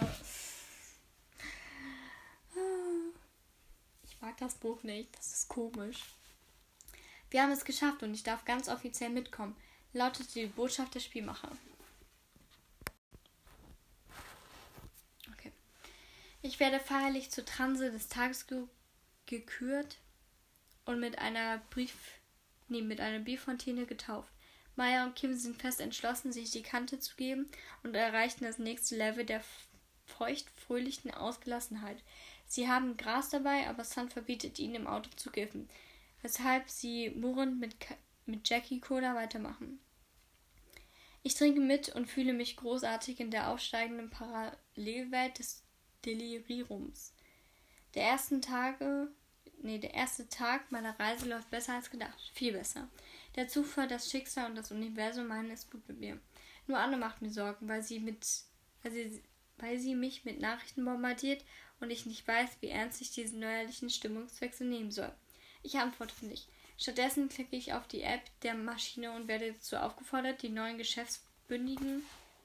Ich mag das Buch nicht, das ist komisch. Wir haben es geschafft und ich darf ganz offiziell mitkommen, lautete die Botschaft der Spielmacher. Okay. Ich werde feierlich zur Transe des Tages ge- gekürt und mit einer Brief, nee, mit einer Bierfontäne getauft. Maya und Kim sind fest entschlossen, sich die Kante zu geben und erreichten das nächste Level der feucht-fröhlichen Ausgelassenheit. Sie haben Gras dabei, aber Sun verbietet ihnen, im Auto zu kiffen, weshalb sie murrend mit, mit Jackie Cola weitermachen. Ich trinke mit und fühle mich großartig in der aufsteigenden Parallelwelt des Deliriums. Der ersten Tage, nee, der erste Tag meiner Reise läuft besser als gedacht. Viel besser. Der Zufall, das Schicksal und das Universum meinen es gut mit mir. Nur Anne macht mir Sorgen, weil sie mit, weil sie, weil sie mich mit Nachrichten bombardiert und ich nicht weiß, wie ernst ich diesen neuerlichen Stimmungswechsel nehmen soll. Ich antworte nicht. Stattdessen klicke ich auf die App der Maschine und werde dazu aufgefordert, die neuen Geschäftsbündigungen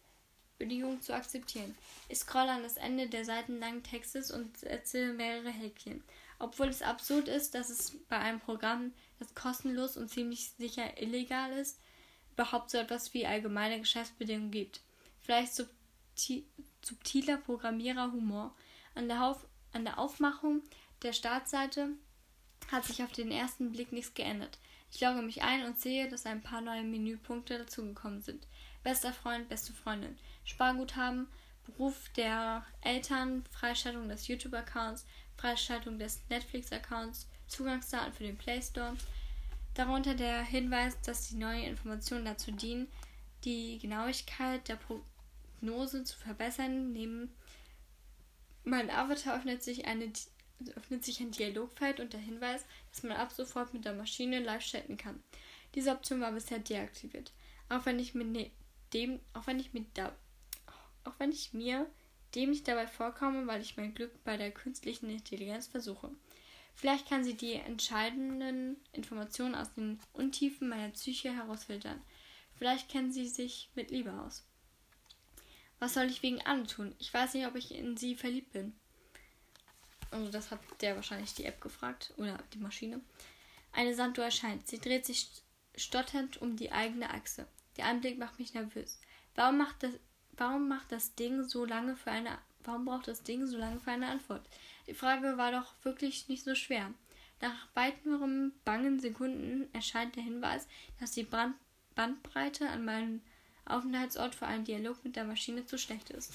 zu akzeptieren. Ich scrolle an das Ende der seitenlangen Textes und setze mehrere Häkchen. Obwohl es absurd ist, dass es bei einem Programm, das kostenlos und ziemlich sicher illegal ist, überhaupt so etwas wie allgemeine Geschäftsbedingungen gibt. Vielleicht subti- subtiler Programmiererhumor. An der, Auf- an der Aufmachung der Startseite hat sich auf den ersten Blick nichts geändert. Ich logge mich ein und sehe, dass ein paar neue Menüpunkte dazugekommen sind. Bester Freund, beste Freundin, Sparguthaben, Beruf der Eltern, Freischaltung des YouTube-Accounts, Freischaltung des Netflix-Accounts, Zugangsdaten für den Play Store. Darunter der Hinweis, dass die neuen Informationen dazu dienen, die Genauigkeit der Prognose zu verbessern. Neben meinem Avatar öffnet sich, eine, öffnet sich ein Dialogfeld und der Hinweis, dass man ab sofort mit der Maschine live chatten kann. Diese Option war bisher deaktiviert. Auch wenn ich mit ne- dem, auch wenn ich mit da, auch wenn ich mir dem nicht dabei vorkomme, weil ich mein Glück bei der künstlichen Intelligenz versuche. Vielleicht kann sie die entscheidenden Informationen aus den Untiefen meiner Psyche herausfiltern. Vielleicht kennt sie sich mit Liebe aus. Was soll ich wegen Anne tun? Ich weiß nicht, ob ich in sie verliebt bin. Also das hat der wahrscheinlich die App gefragt. Oder die Maschine. Eine Sanduhr erscheint. Sie dreht sich stotternd um die eigene Achse. Der Anblick macht mich nervös. Warum macht das, warum macht das Ding so lange für eine, warum braucht das Ding so lange für eine Antwort? Die Frage war doch wirklich nicht so schwer. Nach weiteren bangen Sekunden erscheint der Hinweis, dass die Brand- Bandbreite an meinem Aufenthaltsort für einen Dialog mit der Maschine zu schlecht ist.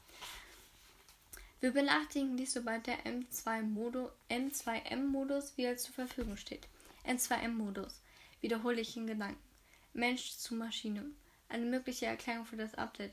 Wir benachrichtigen dies, sobald der M zwei M-Modus wieder zur Verfügung steht. M zwei M-Modus. Wiederhole ich in Gedanken. Mensch zu Maschine. Eine mögliche Erklärung für das Update.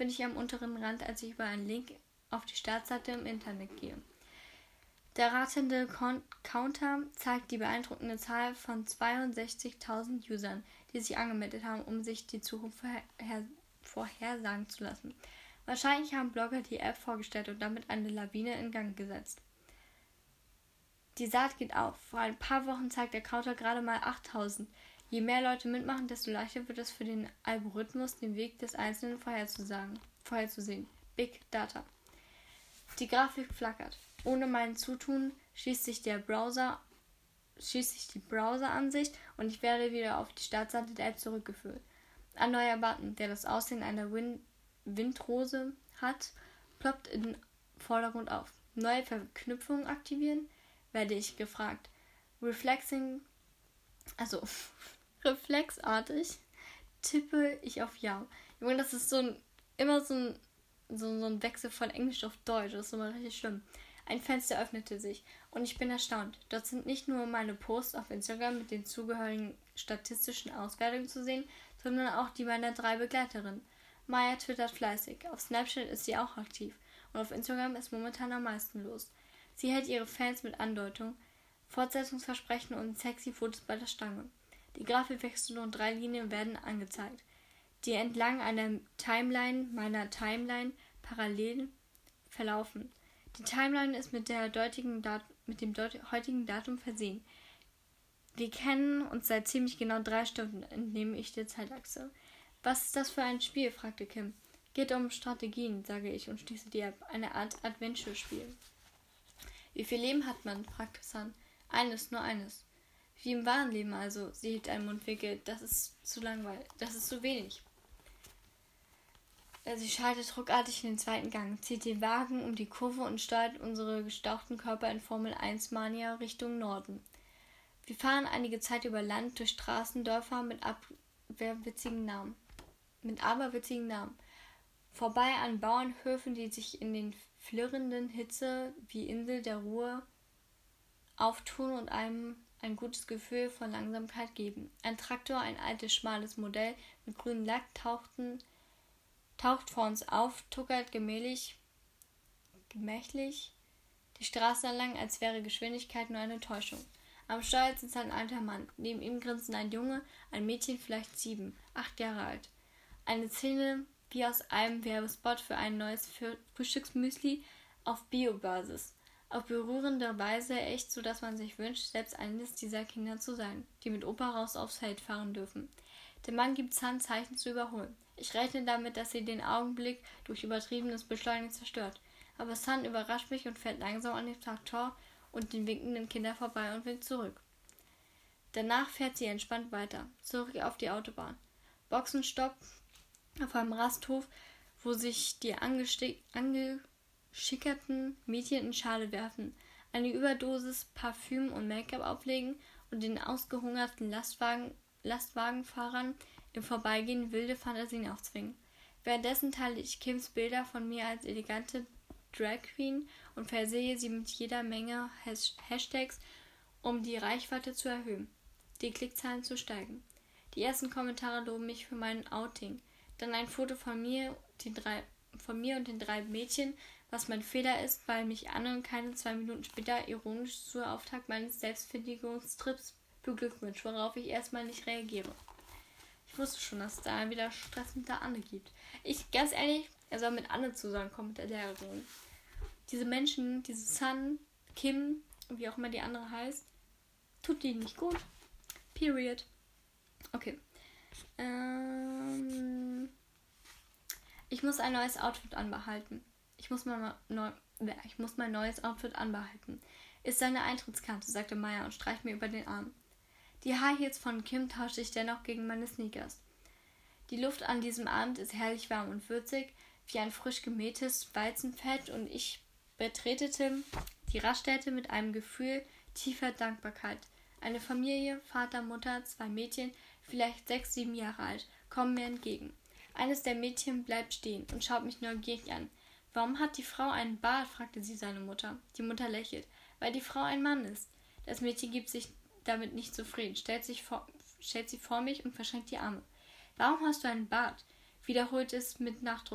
finde ich am unteren Rand, als ich über einen Link auf die Startseite im Internet gehe. Der ratende Con- Counter zeigt die beeindruckende Zahl von zweiundsechzigtausend Usern, die sich angemeldet haben, um sich die Zukunft vorher- vorhersagen zu lassen. Wahrscheinlich haben Blogger die App vorgestellt und damit eine Lawine in Gang gesetzt. Die Saat geht auf. Vor ein paar Wochen zeigt der Counter gerade mal achttausend. Je mehr Leute mitmachen, desto leichter wird es für den Algorithmus, den Weg des Einzelnen vorherzusagen, vorherzusehen. Big Data. Die Grafik flackert. Ohne mein Zutun schließt sich der Browser, schließt sich die Browser-Ansicht und ich werde wieder auf die Startseite der App zurückgeführt. Ein neuer Button, der das Aussehen einer Win- Windrose hat, ploppt im Vordergrund auf. Neue Verknüpfungen aktivieren, werde ich gefragt. Reflexing, also reflexartig tippe ich auf Ja. Ich meine, das ist so ein, immer so ein, so, so ein Wechsel von Englisch auf Deutsch. Das ist immer richtig schlimm. Ein Fenster öffnete sich und ich bin erstaunt. Dort sind nicht nur meine Posts auf Instagram mit den zugehörigen statistischen Auswertungen zu sehen, sondern auch die meiner drei Begleiterinnen. Maya twittert fleißig. Auf Snapchat ist sie auch aktiv. Und auf Instagram ist momentan am meisten los. Sie hält ihre Fans mit Andeutung, Fortsetzungsversprechen und sexy Fotos bei der Stange. Die Grafik wechselt und drei Linien werden angezeigt, die entlang einer Timeline meiner Timeline parallel verlaufen. Die Timeline ist mit, der deutigen Dat- mit dem deut- heutigen Datum versehen. Wir kennen uns seit ziemlich genau drei Stunden, entnehme ich der Zeitachse. Was ist das für ein Spiel? Fragte Kim. Geht um Strategien, sage ich und schließe die App. Eine Art Adventure-Spiel. Wie viel Leben hat man? Fragte Sun. Eines, nur eines. Wie im wahren Leben also. Sie hielt einen Mundwinkel. Das ist zu langweilig. Das ist zu wenig. Sie schaltet ruckartig in den zweiten Gang, zieht den Wagen um die Kurve und steuert unsere gestauchten Körper in Formel eins Mania Richtung Norden. Wir fahren einige Zeit über Land, durch Straßen, Dörfer mit aberwitzigen Namen. Mit aberwitzigen Namen. Vorbei an Bauernhöfen, die sich in den flirrenden Hitze wie Insel der Ruhe auftun und einem ein gutes Gefühl von Langsamkeit geben. Ein Traktor, ein altes, schmales Modell mit grünem Lack, tauchten, taucht vor uns auf, tuckert gemächlich, gemächlich die Straße entlang, als wäre Geschwindigkeit nur eine Täuschung. Am Steuer sitzt ein alter Mann. Neben ihm grinsen ein Junge, ein Mädchen, vielleicht sieben, acht Jahre alt. Eine Szene wie aus einem Werbespot für ein neues Frühstücksmüsli auf Bio-Basis. Auf berührende Weise echt, so dass man sich wünscht, selbst eines dieser Kinder zu sein, die mit Opa raus aufs Feld fahren dürfen. Der Mann gibt Sun Zeichen zu überholen. Ich rechne damit, dass sie den Augenblick durch übertriebenes Beschleunigen zerstört. Aber Sun überrascht mich und fährt langsam an dem Traktor und den winkenden Kindern vorbei und winkt zurück. Danach fährt sie entspannt weiter, zurück auf die Autobahn. Boxenstopp auf einem Rasthof, wo sich die angestick- angeschickerten Mädchen in Schale werfen, eine Überdosis Parfüm und Make-up auflegen und den ausgehungerten Lastwagen, Lastwagenfahrern im Vorbeigehen wilde Fantasien aufzwingen. Währenddessen teile ich Kims Bilder von mir als elegante Drag Queen und versehe sie mit jeder Menge Has- Hashtags, um die Reichweite zu erhöhen, die Klickzahlen zu steigen. Die ersten Kommentare loben mich für mein Outing. Dann ein Foto von mir, den drei, von mir und den drei Mädchen, was mein Fehler ist, weil mich Anne und keine zwei Minuten später ironisch zur Auftakt meines Selbstfindungstrips beglückwünscht, worauf ich erstmal nicht reagiere. Ich wusste schon, dass es da wieder Stress mit der Anne gibt. Ich, ganz ehrlich, er soll mit Anne zusammenkommen, mit der Lehrerin. Diese Menschen, diese Sun, Kim, wie auch immer die andere heißt, tut die nicht gut. Period. Okay. Ähm, ich muss ein neues Outfit anbehalten. Ich muss mein, neu, ich muss mein neues Outfit anbehalten. Ist seine Eintrittskarte, sagte Maya und streicht mir über den Arm. Die High Heels von Kim tausche ich dennoch gegen meine Sneakers. Die Luft an diesem Abend ist herrlich warm und würzig, wie ein frisch gemähtes Weizenfett, und ich betretete die Raststätte mit einem Gefühl tiefer Dankbarkeit. Eine Familie, Vater, Mutter, zwei Mädchen, vielleicht sechs, sieben Jahre alt, kommen mir entgegen. Eines der Mädchen bleibt stehen und schaut mich neugierig an. »Warum hat die Frau einen Bart?« fragte sie seine Mutter. Die Mutter lächelt. »Weil die Frau ein Mann ist.« Das Mädchen gibt sich damit nicht zufrieden, stellt, sich vor, stellt sie vor mich und verschränkt die Arme. »Warum hast du einen Bart?« wiederholt es mit Nachdruck.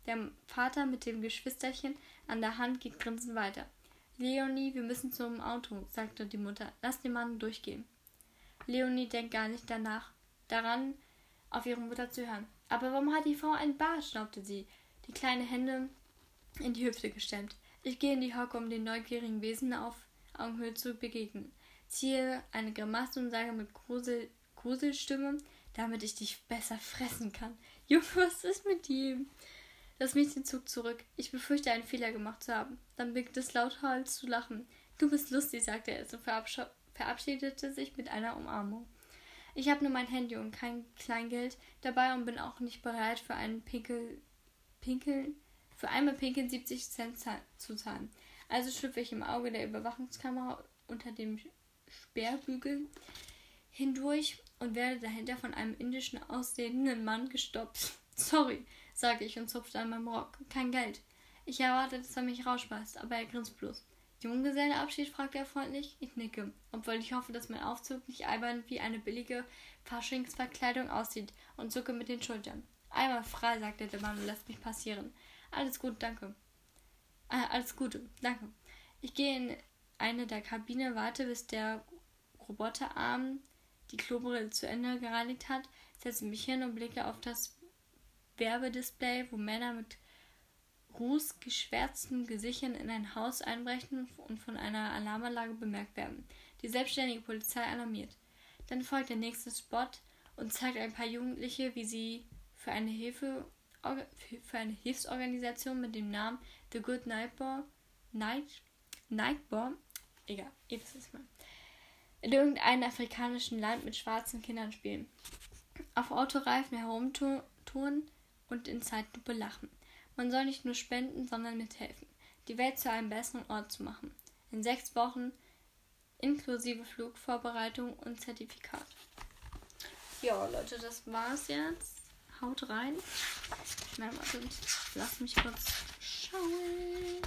Der Vater mit dem Geschwisterchen an der Hand geht grinsend weiter. Leonie, wir müssen zum Auto, sagte die Mutter. Lass den Mann durchgehen. Leonie denkt gar nicht danach, daran, auf ihre Mutter zu hören. Aber warum hat die Frau einen Bart, schnaubte sie, die kleinen Hände in die Hüfte gestemmt. Ich gehe in die Hocke, um den neugierigen Wesen auf Augenhöhe zu begegnen. Ziehe eine Grimasse und sage mit Grusel, Gruselstimme, damit ich dich besser fressen kann. Junge, was ist mit ihm? Das Mädchen zog zurück. Ich befürchte, einen Fehler gemacht zu haben. Dann begann es lauthals zu lachen. Du bist lustig, sagte er und verabsch- verabschiedete sich mit einer Umarmung. Ich habe nur mein Handy und kein Kleingeld dabei und bin auch nicht bereit, für einen Pinkel, Pinkeln, für einmal Pinkeln siebzig Cent zu zahlen. Also schlüpfe ich im Auge der Überwachungskamera unter dem Sperrbügel hindurch und werde dahinter von einem indischen aussehenden Mann gestoppt. Sorry, sage ich und zupfte an meinem Rock. Kein Geld. Ich erwarte, dass er mich rausschmeißt, aber er grinst bloß. Junggesellenabschied, fragte er freundlich. Ich nicke, obwohl ich hoffe, dass mein Aufzug nicht albern wie eine billige Faschingsverkleidung aussieht, und zucke mit den Schultern. Einmal frei, sagte der Mann und lässt mich passieren. Alles gut, danke. Äh, alles Gute, danke. Ich gehe in eine der Kabine, warte, bis der Roboterarm die Klobrille zu Ende gereinigt hat, setze mich hin und blicke auf das Werbedisplay, wo Männer mit rußgeschwärzten Gesichtern in ein Haus einbrechen und von einer Alarmanlage bemerkt werden. Die selbstständige Polizei alarmiert. Dann folgt der nächste Spot und zeigt ein paar Jugendliche, wie sie für eine Hilfe für eine Hilfsorganisation mit dem Namen The Good Nightbar Night Nightbar egal, ihr wisst es mal, in irgendeinem afrikanischen Land mit schwarzen Kindern spielen, auf Autoreifen herumtouren und in Zeitlupe lachen. Man soll nicht nur spenden, sondern mithelfen, die Welt zu einem besseren Ort zu machen. In sechs Wochen inklusive Flugvorbereitung und Zertifikat. Ja, Leute, das war's jetzt. Haut rein. Schnell mal und lass mich kurz schauen.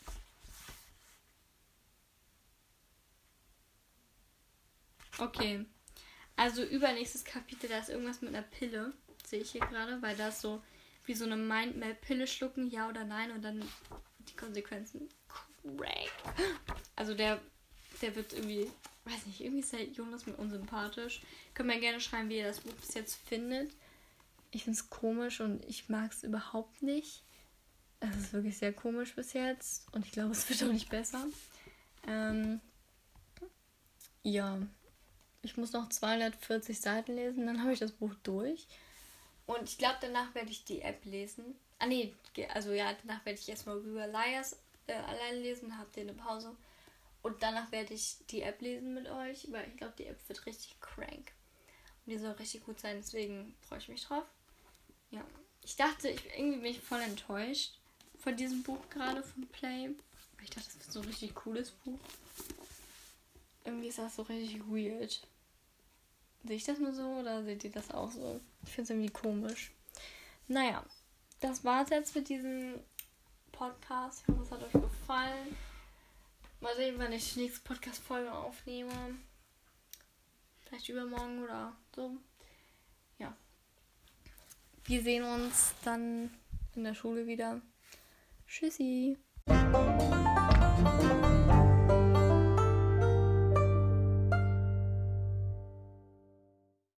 Okay. Also übernächstes Kapitel, da ist irgendwas mit einer Pille. Sehe ich hier gerade, weil das so wie so eine Mindmap-Pille schlucken, ja oder nein, und dann die Konsequenzen. Crack. Also der, der wird irgendwie, weiß nicht, irgendwie ist der Jonas mir unsympathisch. Könnt mir gerne schreiben, wie ihr das Buch bis jetzt findet. Ich finde es komisch und ich mag es überhaupt nicht. Es ist wirklich sehr komisch bis jetzt und ich glaube, es wird auch nicht besser. Ähm, ja, ich muss noch zweihundertvierzig Seiten lesen, dann habe ich das Buch durch. Und ich glaube, danach werde ich die App lesen. Ah nee, also ja, danach werde ich erstmal River Liars äh, allein lesen, habt ihr eine Pause. Und danach werde ich die App lesen mit euch, weil ich glaube, die App wird richtig crank. Und die soll richtig gut sein, deswegen freue ich mich drauf. Ja, ich dachte, ich, irgendwie bin ich voll enttäuscht von diesem Buch gerade von Play. Ich dachte, das wird so ein richtig cooles Buch. Irgendwie ist das so richtig weird. Sehe ich das nur so oder seht ihr das auch so? Ich finde es irgendwie komisch. Naja, das war's jetzt mit diesem Podcast. Ich hoffe, es hat euch gefallen. Mal sehen, wann ich die nächste Podcast-Folge aufnehme. Vielleicht übermorgen oder so. Ja. Wir sehen uns dann in der Schule wieder. Tschüssi.